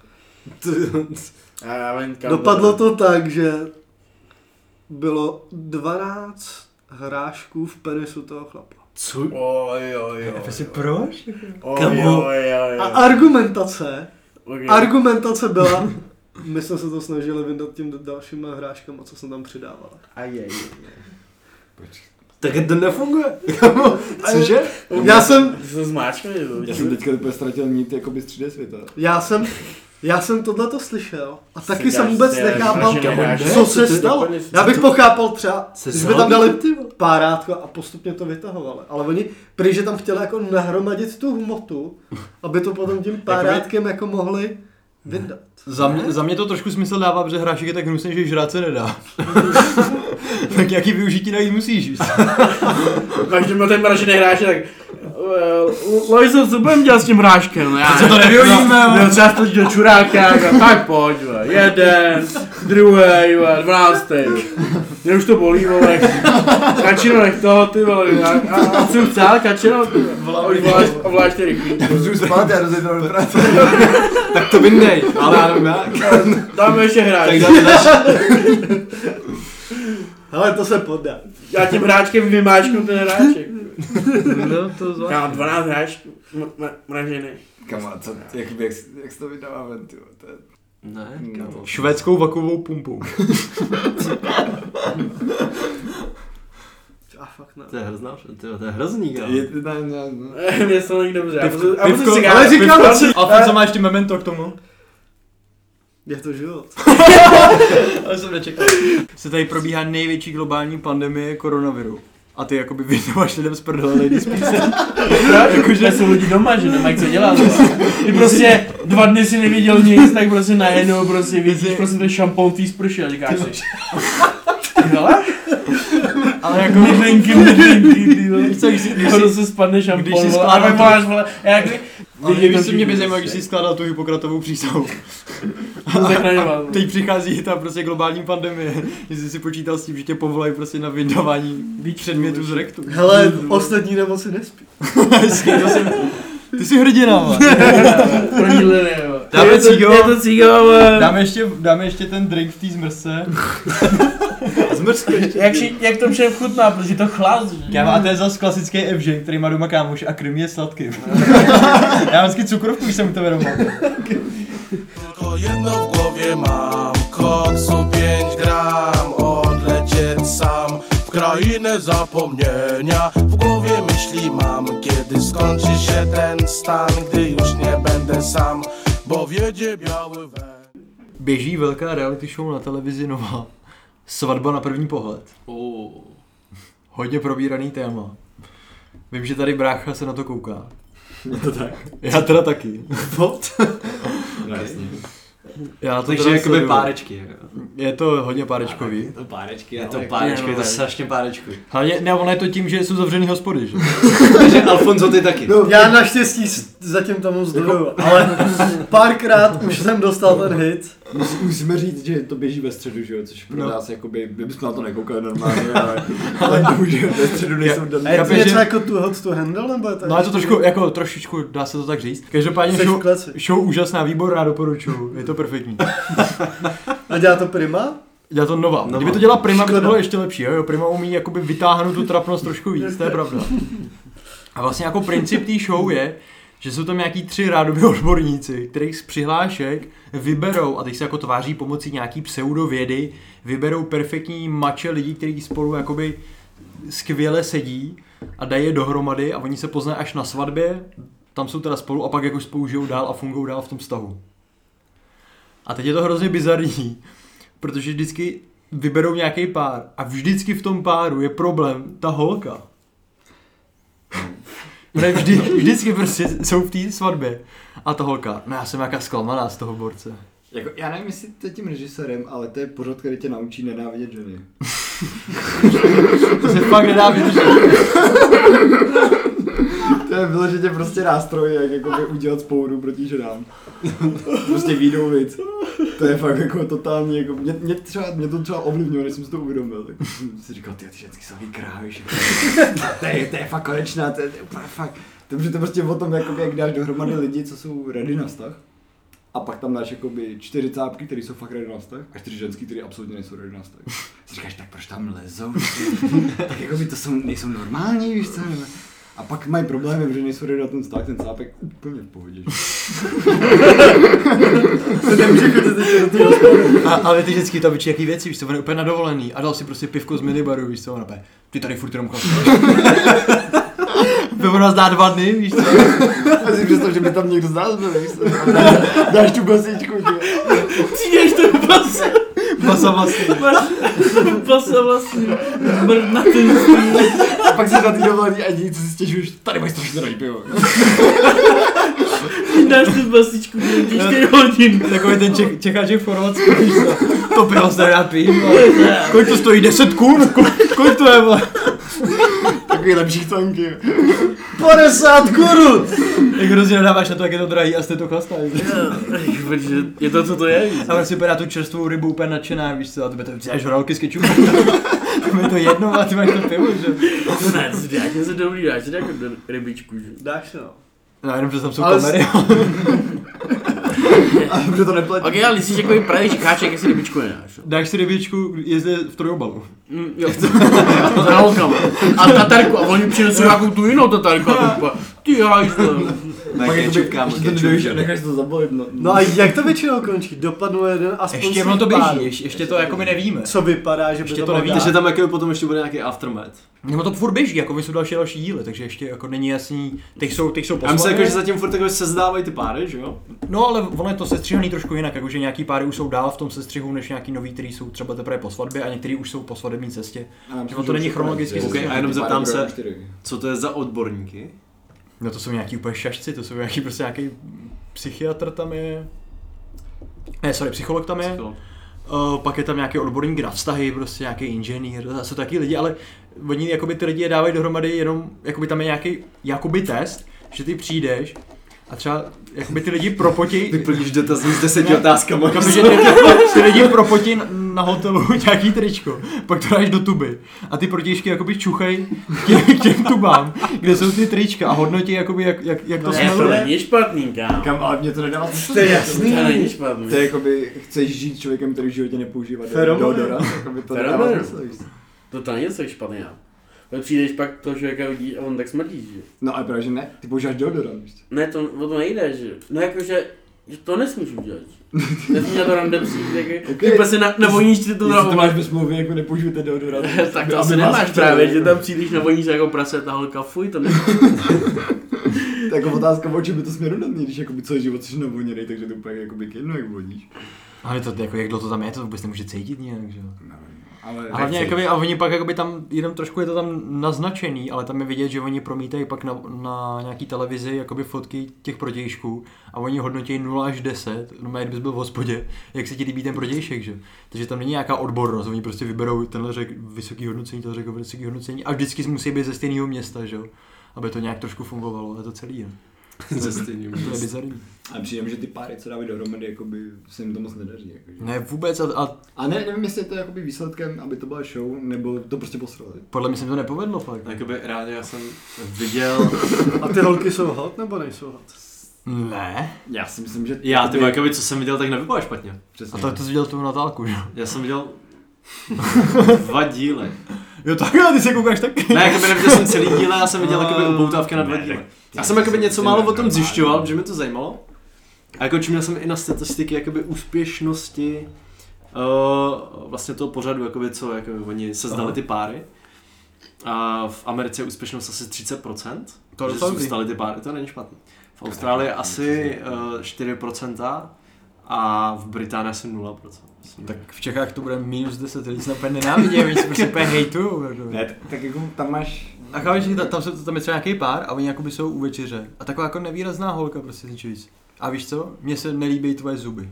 Já vím, kam Dopadlo to tak, že bylo dvanáct hrášků v penisu toho chlapa. Co? Oj, oj, oj. Asi proč? Oj, oj, oj. A argumentace, Okay. argumentace byla, my jsme se to snažili vyndat tím dalšíma hráškama, co jsem tam přidával. Ajej. Tak to nefunguje. Cože? Já jsem, Se zmáčkli, Já jsem teďka úplně ztratil nit jakoby z tři dé světa. já jsem, já jsem tohleto slyšel a taky Sedáš jsem vůbec si, nechápal, vražený hráč. co se stalo. Já bych pochápal třeba, Se když by tam zhodí, dali párátko a postupně to vytahovali. Ale oni, prý, že tam chtěli jako nahromadit tu hmotu, aby to potom tím párátkem jako mohli vyndat. Za mě, za mě to trošku smysl dává, protože hrášek je tak hnusný, že žrát se nedá. Tak jaký využití najít musíš, víš? Každý má ten mražený hráč, tak... Lojzo, co budeme dělat s tím hráškem? No, já Co to nevyhodíme, Měl třeba stočit do čuráka, a tak pojď, vole. Jeden, druhý, dvanáctý. Mě už to bolí, vole. Kačino, nech to, ty vole. A, a, a co chcel, Kačino? Voláš, a voláš ty rychlý. Můžu spát, já rozejdu do práce. tak to vyndej, ale já nevím jak. Dáme ještě hráč. Tak dáme další. Ale to se podá. Já tím hráčkem vymáčknu ten hráček. No, to zvlášť. Já mám dvanáct hráčků, m- m- mražený. Kamo, co, jak, jak, jak se to vydává ven, tyjo, to je... Ne, No. kámo. Švédskou vakovou pumpou. A fakt ne. To je hrozná, to, to je hrozný, kámo. Je, ne, ne, ne. Mě se není dobře. Já Pivko- budu- já budu pivko- si ale říkám, pivko- si- Alfonso, máš ty memento k tomu? Je to život. Ale jsem nečekal. Se tady probíhá největší globální pandemie koronaviru. A ty jakoby vydáváš lidem z prdele lady spíše. Jakože jsou lidi doma, že nemají co dělat. Ty prostě dva dny si neviděl nic, tak prostě najednou prostě vidíš prostě ten šampon tvý sprši a říkáš si. Hele? Ale jako... Mydlinky, mydlinky, ty vole. Víš co, když si- když si- Ono se spadne šampon, když si vole, skládal a tu- máš, vole, a jak ty... Ale víš, co mě by zajímalo, když jsi skládal tu Hippokratovou přísahu. Zachraňoval. Teď přichází ta prostě globální pandemie. Jestli si počítal s tím, že tě povolají prostě na vydávání předmětů z rektu. Hele, ostatní nemoci nespí. Hezky, to jsem... Ty jsi hrdina, man. Prodílili, jo. Dáme Je to- cigo. Je to cigo, vole. Dáme ještě, dáme ještě ten drink v té zmrzce. Zmrzku ještě. Jak, ši- jak to všem chutná, protože to chlad, že? Kámo, a to je zase klasický F J, který má doma kámoš a krm je sladkým. Já mám vždycky cukrovku, když jsem u tebe doma. Tylko jedno w głowie mam, koksu pięć gram, odlecieć sam w krainę zapomnienia. W głowie myśli mam, kiedy skończy się ten stan, gdy już nie będę sam, bo wiedzie biały węż. Běží velká reality show na televizi nová. Svatba na první pohled. Oh. Hodně probíraný téma. Vím, že tady brácha se na to kouká. Je to tak. Já teda taky. What? No jasně. Já to Takže teda jakoby sleduju. párečky. Jako. Je to hodně párečkový. Je to párečky, je to Ale párečky, je to ne, strašně párečky. Hlavně, ne, ono je to tím, že jsou zavřený hospody, že? Takže Alfonso, ty taky. No, Já naštěstí s- zatím tomu zdoruju, ale párkrát už jsem dostal ten hit. Musí, musíme říct, že to běží ve středu, že jo, což pro No. nás jakoby, my bychom na to nekoukali normálně, ale, ale bohužel ve středu nejsou Já- daný. A je to Chápeš, něco že- jako tu hot to handle, nebo je to? No je to trošku, jako trošičku, dá se to tak říct. Každopádně Jsi v show, kleci. show úžasná, výborná, doporučuju. Je to perfektní. A dělá to Prima? Dělá to Nova. Nova. Kdyby to dělala Prima, by to Škoda. bylo ještě lepší. Jo? Jo, Prima umí jakoby vytáhnout tu trapnost trošku víc, to je pravda. A vlastně jako princip té show je, že jsou tam nějaký tři rádoby odborníci, kterých z přihlášek vyberou, a teď se jako tváří pomocí nějaký pseudovědy, vyberou perfektní mače lidí, kteří spolu jakoby skvěle sedí a dají je dohromady a oni se poznají až na svatbě, tam jsou teda spolu a pak jako spolu žijou dál a fungují dál v tom vztahu. A teď je to hrozně bizarní, protože vždycky vyberou nějaký pár a vždycky v tom páru je problém ta holka. Ne, vždy, vždycky prostě jsou v té svatbě a ta holka, no já jsem nějaká zklamaná z toho borce. Jako, já nevím, jestli to je tím režisérem, ale to je pořad, který tě naučí nenávidět ženy. To se fakt nedá vydržet. To je vyloženě prostě nástroj, jak jakoby udělat spouru proti ženám. Prostě výjdou víc. To je fakt jako totálně, jako, mě, mě, třeba, mě to třeba ovlivnilo, než jsem si to uvědomil, tak jsem si říkal, ty, ty ženský jsou krávy, že to je, to je fakt konečná, to je, to je úplně fakt. To je prostě o tom, jakoby, jak dáš dohromady lidi, co jsou ready na vztah. A pak tam dáš jakoby čtyři cápky, které jsou fakt ready na vztah, a čtyři ženský, které absolutně nejsou ready na vztah. Si říkáš, tak proč tam lezou? Tak jakoby to jsou, nejsou normální, víš co? A pak mají problémy, protože nejsou ready na ten vztah, ten cápek úplně v pohodě. To nemůže chodit teď do toho hospody. A, ale ty vždycky to vyčí jaký věci, víš co, on je úplně na dovolený a dal si prostě pivko z minibaru, víš co, on opět, ty tady furt jenom chlapíš. Bylo nás dá dva dny, víš co. Já si představ, že by tam někdo z nás byl, víš co. Dáš, dáš tu basičku, tě. Přijdeš to basa. Basa vlastně. Basa vlastně. Brd na ten A pak si na ty dovolený a díky, co si stěžuješ, tady mají strašně drahý pivo. Dáš tu basičku, dělíš čtyři hodin. Takový ten Čech, Čecháček v Chorvatsku, víš co. To pivo se rád pím, kolik to stojí, deset kun? Kolik to je, vole? Takový lepší cenky. padesát korun! Jak hrozně nadáváš na to, jak je to drahý a jste to chlastá. Protože je to, co to je. A on si podá tu čerstvou rybu úplně nadšená, víš co, a tebe to děláš horálky s kečupem. Je to jedno, a ty máš to pivo, že? Ne, to si nějak se dobrý dáš, jako rybičku, že? Dáš no. No jenom, že tam jsou Ale kamery. A protože to neplatí. Ok, ale jsi takový pravý čekáček, jestli rybičku nedáš. Dáš si rybičku, je zde v trojobalu. Mm, jo, za holkama. A tatarku, a oni přinesou nějakou tu jinou tatarku a to úplně, ty hajzle. Ne, Pak kečup, kámo, jakoby, že to kečup, nedojíš a že? necháš to zabalit. No, No a jak to většinou končí? Dopadnu jeden aspoň Ještě z ono to těch párů. běží, ještě, ještě to jakoby nevíme. Co vypadá, že by Ještě to to bylo nevíme. dát. Takže tam jako potom ještě bude nějaký aftermath. No to furt běží, jako jsou další další díly, takže ještě jako není jasný, teď jsou, teď jsou Já myslím, poslané. jako, že zatím furt jako sezdávají ty páry, že jo? No ale ono je to sestříhaný trošku jinak, jakože nějaký páry už jsou dál v tom sestřihu, než nějaký nový, který jsou třeba teprve po svatbě a některý už jsou po svatební cestě. Že to není chronologicky Ok, sestříhaný. a jenom zeptám se, čtyři. co to je za odborníky? No to jsou nějaký úplně šašci, to jsou nějaký prostě nějaký psychiatr tam je. Ne, sorry, psycholog tam je. Psycholog. Uh, pak je tam nějaký odborník na vztahy, prostě nějaký inženýr, to jsou taky lidi, ale oni jakoby ty lidi je dávají dohromady jenom, jakoby tam je nějaký jakoby test, že ty přijdeš a třeba jakoby ty lidi propotí. Ty plníš dotazník s deseti otázkama. Jakože ty, ty lidi propotí na, na hotelu nějaký tričko, pak to dáš do tuby a ty protějšky jakoby čuchají k těm, k těm tubám, kde jsou ty trička a hodnotí jakoby jak, jak, jak to Ne, to smeluje. není špatný, kámo. Kam, ale mě to nedává smysl. To je jasný. To není špatný. To je jakoby, chceš žít člověkem, který v životě nepoužívá Feromony. deodorant, jakoby to nedává Feromony. smysl, víš co? To to není něco špatného. Ale přijdeš pak toho člověka vidí a on tak smrdí, že? No ale právě, že ne, ty používáš deodorant, víš co? Ne, to, o to nejde, že? No jakože, že to nesmíš udělat. Nesmíš na to rande přijít, jako, Ok. ty prostě na, navoníš ty tu Jestli to na máš ve smlouvě, jako nepoužijte deodorant. tak to aby asi vás nemáš chtěli, právě, jako. že tam přijdeš navoníš jako prase, ta holka, fuj, to nemáš. To je jako otázka, o čem by to směrodatný, když jakoby celý život jsi navoněnej, takže to úplně jakoby k jedno, jak voníš. Ale to jako jak dlouho to tam je, to vůbec nemůže cítit nějak, že jo. No, ale A hlavně jakoby, a oni pak jakoby tam, jenom trošku je to tam naznačený, ale tam je vidět, že oni promítají pak na, na nějaký televizi jakoby fotky těch protějšků a oni hodnotí nula až deset, no má, kdybys byl v hospodě, jak se ti líbí ten protějšek, že? Takže tam není nějaká odbornost, oni prostě vyberou tenhle řek vysoký hodnocení, tohle řek vysoký hodnocení a vždycky musí být ze stejného města, že jo? Aby to nějak trošku fungovalo, ale to celý je. Ze stejným. To je bizarní. ale přijde, že ty páry, co dávají dohromady, jakoby se jim to moc nedaří. Jakože. Ne vůbec a, a A ne, nevím, jestli je to jakoby výsledkem, aby to byla show, nebo to prostě posrali. podle mě se mi to nepovedlo fakt. Jakoby rádi já jsem viděl, A ty holky jsou hot nebo nejsou hot? Ne. Já si myslím, že... já ty jakoby, co jsem viděl, tak nevypadá špatně. Přesně. A tak to jsi viděl tu Natálku, že jo? Já jsem viděl dva díly. Jo takhle, ty se koukáš taky. Ne, jakoby neviděl jsem celý díl, já jsem viděl jakoby upoutávky na dva díly. Já jsem jakoby něco málo o tom zjišťoval, že mi to zajímalo. A jako čuměl jsem i na statistiky jakoby úspěšnosti uh, vlastně toho pořadu, jakoby co, jako oni se zdali ty páry. A v Americe je úspěšnost asi třicet procent, To že docela se dobrý. zdali ty páry, to není špatný. V Austrálii asi uh, čtyři procenta a v Británii asi nula procent. Tak v Čechách to bude minus deset, lidi se úplně nenávidí, oni se prostě úplně hejtujou. Ne, tak, tak jako tam máš... A chápeš, že tam, tam, jsou- tam je třeba nějaký pár a oni jakoby jsou u večeře. A taková jako nevýrazná holka prostě nic víc. A víš co? Mně se nelíbí tvoje zuby.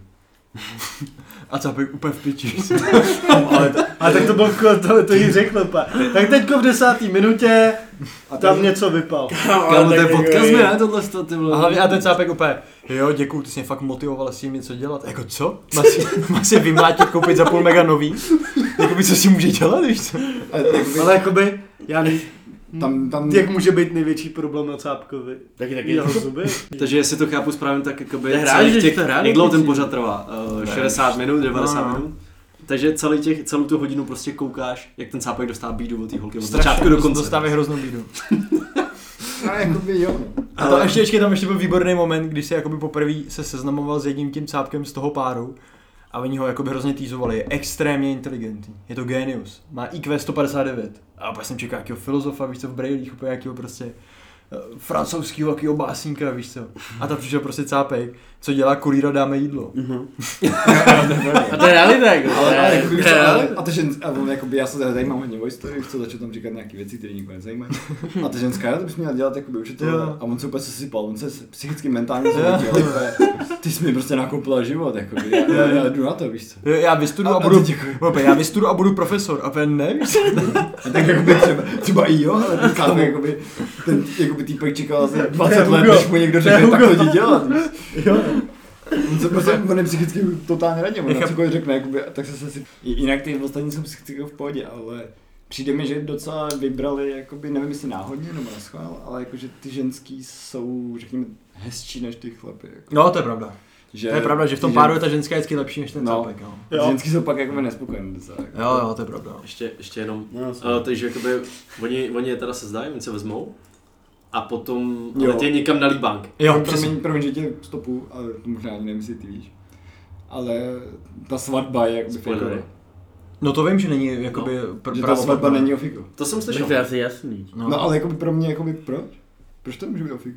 A Cápek úplně v piči. Ale, to, ale tak to bylo, to, to jí řekl, pa. Tak teďko v desáté minutě A tam ten- něco vypal. Kámo, to je podcast mi, ne? Tohle to, ty A vole. hlavně a ten Cápek úplně, jo děkuju, ty jsi mě fakt motivoval s tím něco dělat. Jako co? Má si, má si vymlátit, koupit za půl mega nový? Jakoby co si může dělat, víš co? Ale, jakoby, Ale jakoby, já ne, tam, tam... jak může být největší problém na Cápkovi? Taky, taky. Jeho zuby? Takže jestli to chápu správně, tak jakoby To je hráč, celých že těch, to hráč, jak dlouho ten větší. pořad trvá? Uh, šedesát minut, devadesát No, no. minut? Takže celý těch, celou tu hodinu prostě koukáš, jak ten Cápek dostává bídu od té holky od Strašně, začátku do konce. dostávají hroznou bídu. A jakoby jo. A to ještě, ještě tam ještě byl výborný moment, když se jakoby poprvé se seznamoval s jedním tím cápkem z toho páru a oni ho jakoby hrozně týzovali. Je extrémně inteligentní, je to genius, má í kvé sto padesát devět. A pak jsem čekal nějakého filozofa, víš co, v brejlích, úplně nějakého prostě francouzskýho jakýho básníka, víš co. A tam přišel prostě cápek, co dělá kurýra, dáme jídlo. Uh-huh. A to je realita, jako. Ale, ale, jako, víš, ale, a ta ženská, a on, jakoby, já se zajímám hodně o historii, chci začít tam říkat nějaké věci, které nikoho nezajímají. A ta ženská, to bys měla dělat jakoby učitel. A on se úplně sesypal, on se psychicky mentálně zhodil. Ty jsi mi prostě nakoupila život, jakoby. Já, já, já jdu na to, víš co. Já vystuduju a, a, budu, a já vystuduju a budu profesor, a pen ne, víš co. Tak jakoby třeba, třeba i jo, ale ten kámo, jakoby, ten jakoby týpek čekal asi dvacet let, než mu někdo řekne, tak to jdi dělat, víš. Jo. On se prostě, on je psychicky totálně radě, on cokoliv řekne, jakoby, tak se si... Jinak ty ostatní jsou psychicky v pohodě, ale přijde mi, že docela vybrali, jakoby, nevím jestli náhodně nebo na schvál, ale jakože ty ženský jsou, řekněme, hezčí než ty chlapy. Jako. No, to je pravda. Že, to je pravda, že v tom že... páru je ta ženská vždycky lepší než ten no. cápek, jo. jo. Ženský jsou pak jakoby nespokojený docela. Jako. Jo, jo, to je pravda. Ještě, ještě jenom, No, uh, takže jakoby, oni, oni je teda se zdají, oni se vezmou a potom letějí někam na líbánk. Jo, promiň, promiň, že tě stopu, ale to možná ani nevím, jestli ty víš. Ale ta svatba je jakoby fakeová. No to vím, že není jakoby no, pr- že ta svatba není o fiku. To jsem slyšel. To je asi jasný. No. no ale jakoby pro mě, jakoby proč? Proč to může být o fiku?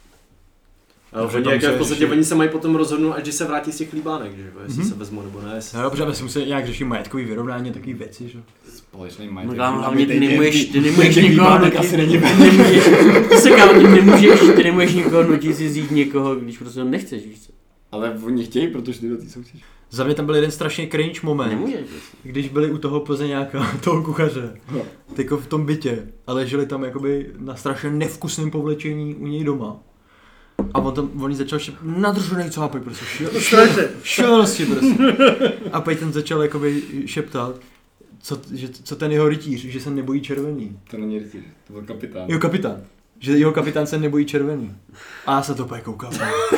Ale oni jako v podstatě oni se mají potom rozhodnout, až když se vrátí z těch líbánek, že jo, jestli mm-hmm. se vezmou nebo ne. No dobře, ale si musí nějak řešit majetkový vyrovnání a takový věci, že? Společný majetek. No hlavně ty nemůžeš, ty nemůžeš těch nikoho líbánek nutit, asi není nemůžeš, ty se kámo, ty nemůžeš, ty nemůžeš nikoho nutit si vzít někoho, když prostě nechceš, víš co? Ale oni chtějí, protože ty do té soutěže. Za mě tam byl jeden strašně cringe moment, Nemůžeš, když byli u toho Plzeňáka, toho kuchaře, no. tyko v tom bytě, a leželi tam jakoby na strašně nevkusném povlečení u něj doma. A on tam, oni začal šep, nadržený cápek, prostě, šílenosti prostě. A pak ten začal jakoby šeptat, co, že, co ten jeho rytíř, že se nebojí červený. To není rytíř, to byl kapitán. Jo, kapitán. Že jeho kapitán se nebojí červený. A já se to pak koukám.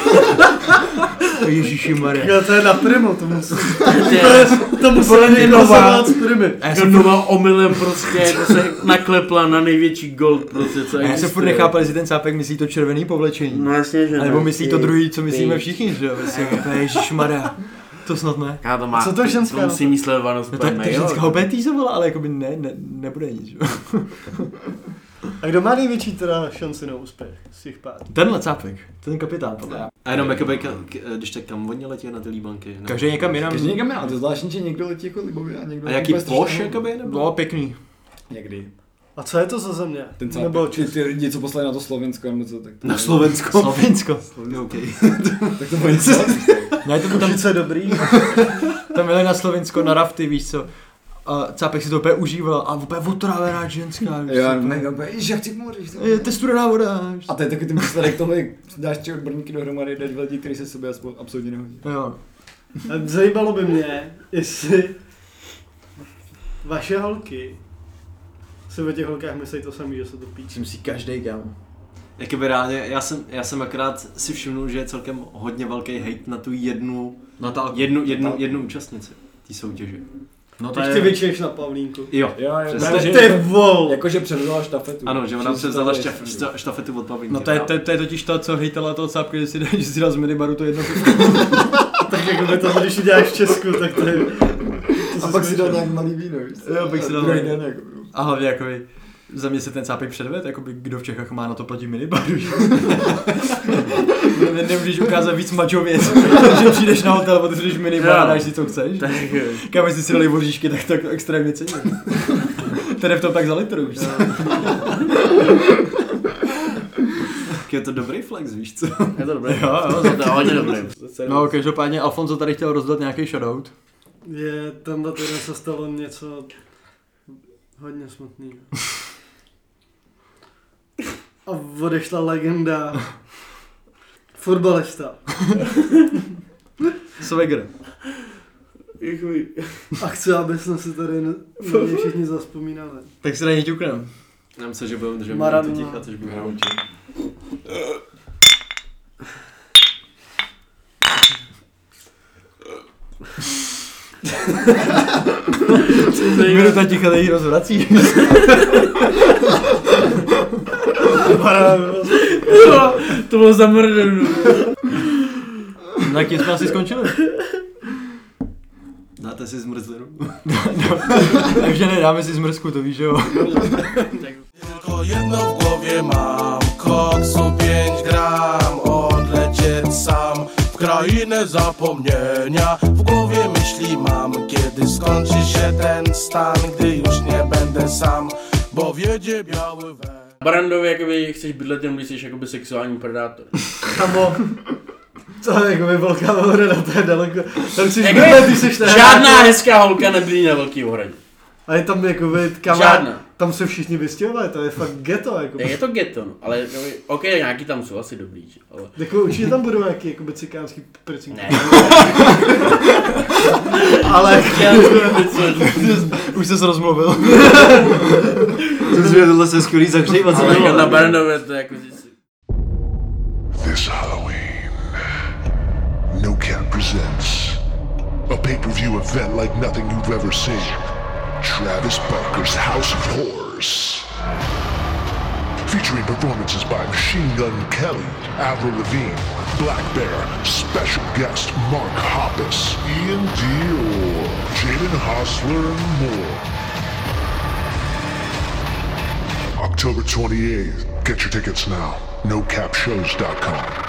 Ježišimarja. To je na primo, to musí. to musí inovat s primy. A já jsem doma omylem prostě se naklepla na největší gold prostě, co a já jsem furt nechápal, jestli ten cápek myslí to červený povlečení. No jasně, že ne. Nebo myslí to druhý, co myslíme ty. Všichni, že jo? Ježišmarja. To snad ne. Já to má, co to ženská? To musí mít sledovanost. No tak ta ženská ho bude týzovala, ale jakoby ne, ne, nebude nic, že jo? A kdo má největší teda šanci na úspěch z těch pár? Tenhle cápek, ten kapitán podle. A jenom jakoby, když tak kam oni letí na ty líbanky. Ne? Každý někam jinam. Každý někam jinam, to zvláštní, že někdo letí jako libově a někdo... A jaký poš jakoby? No, pěkný. Někdy. A co je to za země? Ten cápek, ty, ty lidi, co poslali na to Slovensko, nebo co, tak to... Na Slovensko? Slovensko. Okay. Tak to bylo něco. Ne, to tam co je dobrý. Tam jeli na Slovensko na rafty, víš co. A cápek si to úplně užíval a úplně otrávená ženská. Jo, mega úplně, ježiš, já chci k moři. Je to studená voda. A to je taky ten výsledek toho, jak dáš tři odborníky dohromady, dáš lidi, který se sobě absolutně nehodí. Jo. A zajímalo by mě, jestli vaše holky si o těch holkách myslí to samý, že se to píčí. Myslím si každej, kámo. Jakoby reálně, já jsem, já jsem akorát si všimnul, že je celkem hodně velký hate na tu jednu, Natálku. jednu, jednu, jednu účastnici té soutěže. No to ještě větší než na Pavlínku. Jo, jo, jo přesně. Ty vol! Jakože převzala štafetu. Ano, že ona převzala štaf, štaf, štafetu od Pavlínky. No to je, to, to je totiž to, co hejtala toho cápka, že si, dá, že si dal z minibaru to jedno. Tak jako by to, když uděláš v Česku, tak to je... To a pak si dal nějak malý víno, víš? Jo, pak si dal malý den, jako. A hlavně jakoby, za mě se ten cápek předved, jakoby kdo v Čechách má na to platit minibaru. Ne, nemůžeš ukázat víc mačo věc, že přijdeš na hotel, otevřeš minibar a dáš si co chceš. Kam si si dali voříšky, tak to extrémně cením. Ten je v tom tak za litr už. Je to dobrý flex, víš co? Je to dobré. Jo, jo, to je hodně dobré. No, každopádně Alfonso tady chtěl rozdat nějaký shoutout. Je, tenhle týden se stalo něco hodně smutného. A odešla legenda. Fotbalista. Swagger. A chci, aby jsme si tady na něj všichni zazpomínali. Tak si na něj ťuknem. Já myslím, že budeme držet Maradona. minutu ticha, což budeme učit. Minuta ticha, tady ji rozvrací. To bylo zamrdeno. Na jakým jsme asi skončili? Dáte si zmrzlinu? Takže ne, dáme si zmrzku, to víš, že jo? Tylko jedno w głowie mam, koksu pięć gram, odlecieć sam w krainę zapomnienia. W głowie myśli mam, kiedy skończy się ten stan, gdy już nie będę sam, bo wiedzie biały we. Barandovi, jakoby chceš bydlet jen, když jsi jakoby sexuální predátor. Kamo, to je jako by velká ohrada, to je daleko. Tam chceš Jako bydlet, když jsi nehráč. Žádná hezká holka nebydlí na velký ohradě. A je tam jakoby, kamo, Žádná. tam se všichni vystěhovali, to je fakt ghetto, jako. Je to ghetto, no, ale jakoby, ok, nějaký tam jsou asi dobrý, že? Ale... Jako určitě tam budou nějaký jakoby cikánský prcínky. Ne. Ale Už jsi se rozmluvil. Myslím, že tohle se skvělý zahřívat. Ale na Barandově to jako si... This Halloween, No Cap presents a pay-per-view event like nothing you've ever seen. Travis Barker's House of Horrors. Featuring performances by Machine Gun Kelly, Avril Lavigne, Black Bear, special guest Mark Hoppus, Ian Dior, Jaden Hossler, and more. October twenty-eighth. Get your tickets now. no cap shows dot com.